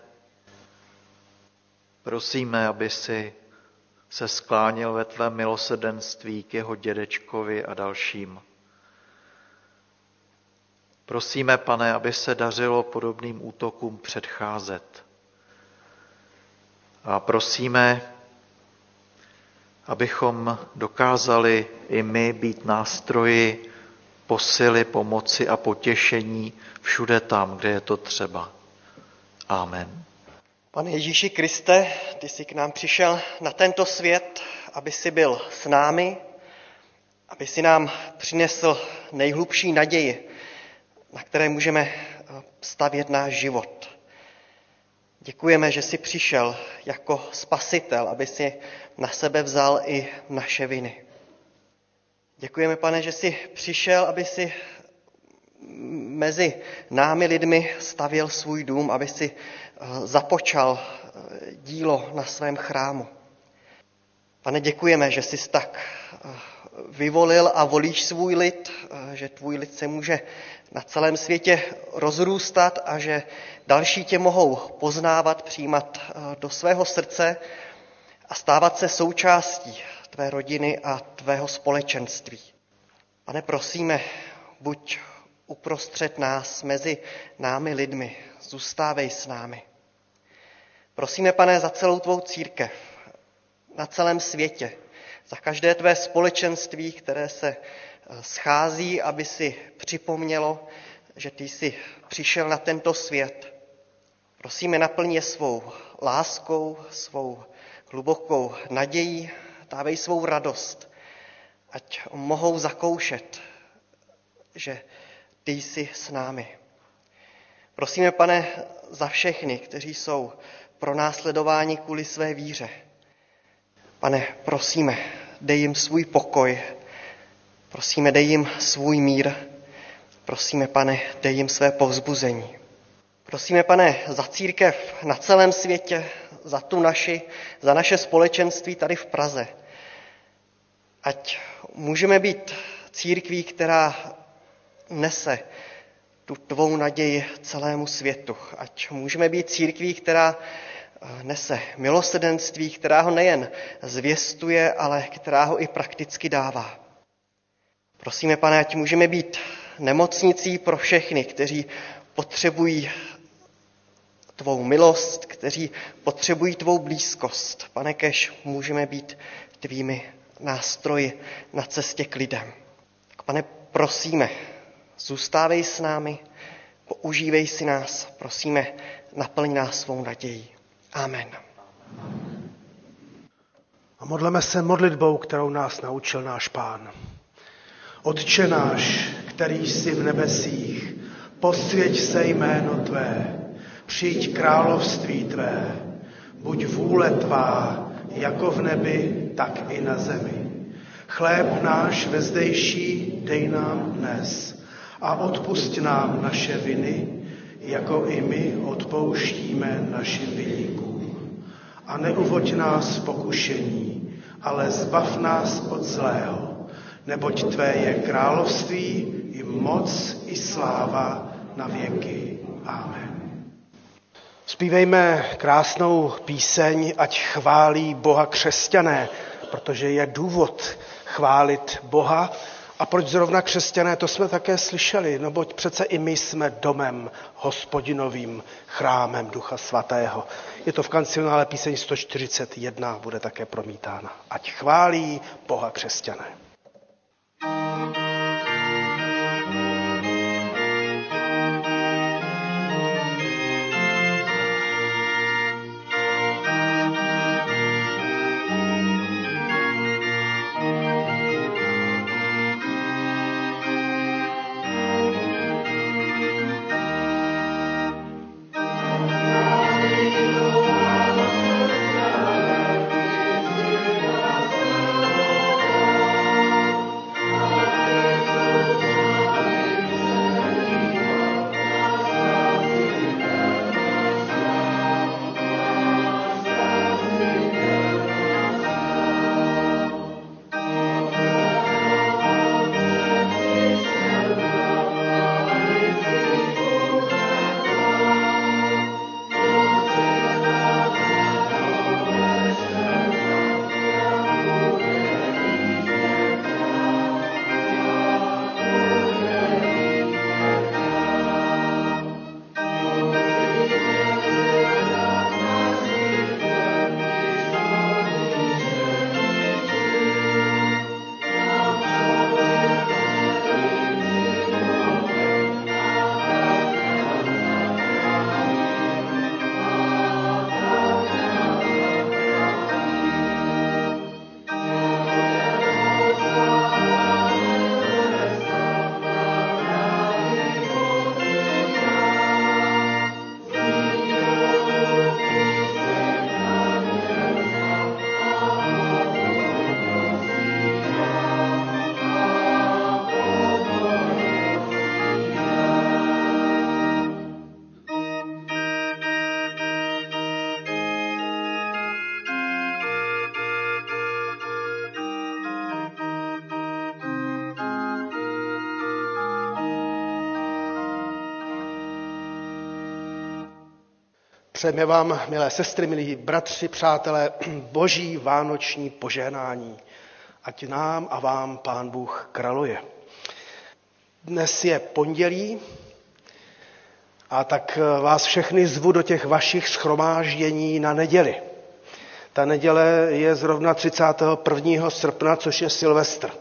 Prosíme, aby si se skláněl ve tvém milosrdenství k jeho dědečkovi a dalším. Prosíme, Pane, aby se dařilo podobným útokům předcházet. A prosíme, abychom dokázali i my být nástroji posily, pomoci a potěšení všude tam, kde je to třeba. Amen. Pane Ježíši Kriste, ty jsi k nám přišel na tento svět, aby jsi byl s námi, aby si nám přinesl nejhlubší naději, na které můžeme stavět náš život. Děkujeme, že jsi přišel jako spasitel, aby si na sebe vzal i naše viny. Děkujeme, Pane, že jsi přišel, aby si mezi námi lidmi stavěl svůj dům, aby si započal dílo na svém chrámu. Pane, děkujeme, že jsi tak vyvolil a volíš svůj lid, že tvůj lid se může na celém světě rozrůstat a že další tě mohou poznávat, přijímat do svého srdce a stávat se součástí tvé rodiny a tvého společenství. Pane, prosíme, buď uprostřed nás, mezi námi lidmi, zůstávej s námi. Prosíme, Pane, za celou tvou církev, na celém světě, za každé tvé společenství, které se schází, aby si připomnělo, že ty jsi přišel na tento svět. Prosíme, naplň je svou láskou, svou hlubokou nadějí, dávej svou radost, ať mohou zakoušet, že ty jsi s námi. Prosíme, Pane, za všechny, kteří jsou pronásledováni kvůli své víře. Pane, prosíme, dej jim svůj pokoj, prosíme, dej jim svůj mír, prosíme, Pane, dej jim své povzbuzení. Prosíme, Pane, za církev na celém světě, za tu za naše společenství tady v Praze. Ať můžeme být církví, která nese tu tvou naději celému světu. Ať můžeme být církví, která nese milosrdenství, která ho nejen zvěstuje, ale která ho i prakticky dává. Prosíme, Pane, ať můžeme být nemocnicí pro všechny, kteří potřebují tvou milost, kteří potřebují tvou blízkost. Pane, kéž můžeme být tvými nástroji na cestě k lidem. Tak, Pane, prosíme, zůstávej s námi, používej si nás, prosíme, naplň nás svou nadějí. Amen. A modleme se modlitbou, kterou nás naučil náš Pán. Otče náš, který jsi v nebesích, posvěť se jméno tvé, přijď království tvé, buď vůle tvá, jako v nebi, tak i na zemi. Chléb náš vezdejší dej nám dnes a odpusť nám naše viny, jako i my odpouštíme našim viníkům. A neuvoď nás v pokušení, ale zbav nás od zlého, neboť tvé je království, i moc, i sláva na věky. Amen. Zpívejme krásnou píseň, ať chválí Boha křesťané, protože je důvod chválit Boha. A proč zrovna křesťané, to jsme také slyšeli, neboť přece i my jsme domem Hospodinovým, chrámem Ducha Svatého. Je to v kancionále píseň 141, bude také promítána. Ať chválí Boha křesťané. Přejeme vám, milé sestry, milí bratři, přátelé, boží vánoční požehnání. Ať nám a vám Pán Bůh králuje. Dnes je pondělí a tak vás všechny zvu do těch vašich shromáždění na neděli. Ta neděle je zrovna 31. srpna, což je Silvestr.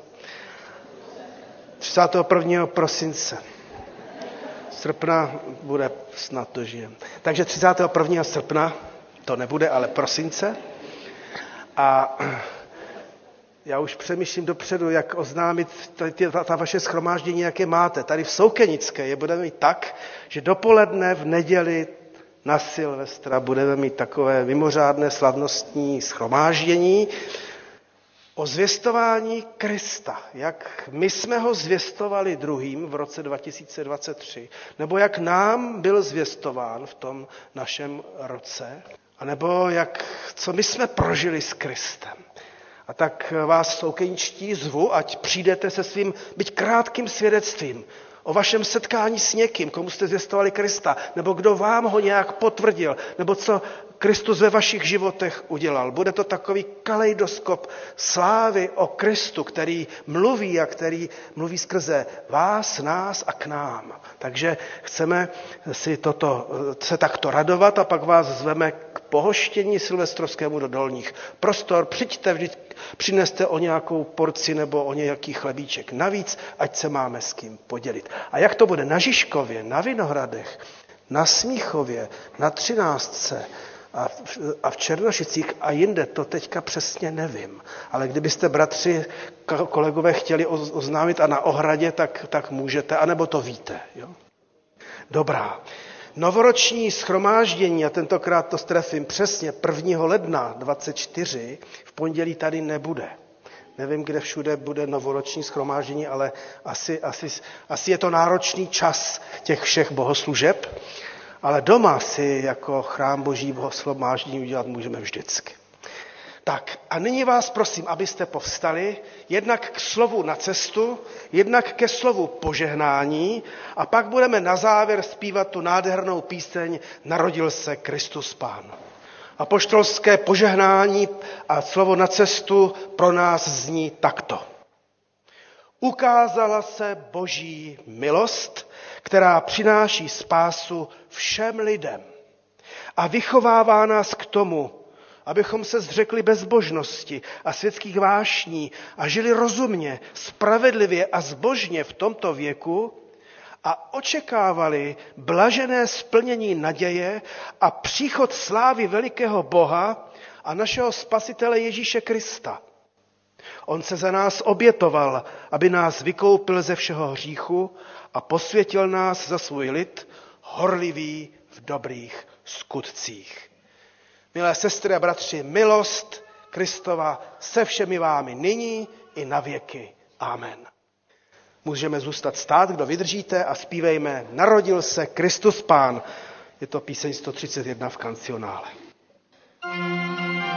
31. prosince. Srpna bude, snad to žijem. Takže 31. srpna to nebude, ale prosince. A já už přemýšlím dopředu, jak oznámit ta vaše shromáždění, jak je máte. Tady v Soukenické je budeme mít tak, že dopoledne v neděli na Silvestra budeme mít takové mimořádné slavnostní shromáždění o zvěstování Krista. Jak my jsme ho zvěstovali druhým v roce 2023, nebo jak nám byl zvěstován v tom našem roce, anebo co my jsme prožili s Kristem. A tak vás soukeničtí zvu, ať přijdete se svým byť krátkým svědectvím o vašem setkání s někým, komu jste zvěstovali Krista, nebo kdo vám ho nějak potvrdil, nebo co Kristus ve vašich životech udělal. Bude to takový kaleidoskop slávy o Kristu, který mluví a který mluví skrze vás, nás a k nám. Takže chceme se takto radovat a pak vás zveme k pohoštění silvestrovskému do Dolních Prostor. Přijďte, přineste o nějakou porci nebo o nějaký chlebíček navíc, ať se máme s kým podělit. A jak to bude na Žižkově, na Vinohradech, na Smíchově, na 13. a v Černošicích a jinde, to teďka přesně nevím. Ale kdybyste, bratři, kolegové, chtěli oznámit a na Ohradě, tak můžete, anebo to víte. Jo? Dobrá. Novoroční shromáždění, a tentokrát to strefím přesně, 1. ledna 24, v pondělí tady nebude. Nevím, kde všude bude novoroční shromáždění, ale asi je to náročný čas těch všech bohoslužeb, ale doma si jako chrám Boží bohoslužby udělat můžeme vždycky. Tak a nyní vás prosím, abyste povstali jednak k slovu na cestu, jednak ke slovu požehnání a pak budeme na závěr zpívat tu nádhernou píseň Narodil se Kristus Pán. Apoštolské požehnání a slovo na cestu pro nás zní takto. Ukázala se Boží milost, která přináší spásu všem lidem a vychovává nás k tomu, abychom se zřekli bezbožnosti a světských vášní a žili rozumně, spravedlivě a zbožně v tomto věku a očekávali blažené splnění naděje a příchod slávy velikého Boha a našeho Spasitele Ježíše Krista. On se za nás obětoval, aby nás vykoupil ze všeho hříchu a posvětil nás za svůj lid, horlivý v dobrých skutcích. Milé sestry a bratři, milost Kristova se všemi vámi nyní i na věky. Amen. Můžeme zůstat stát, kdo vydržíte, a zpívejme Narodil se Kristus Pán. Je to píseň 131 v kancionále.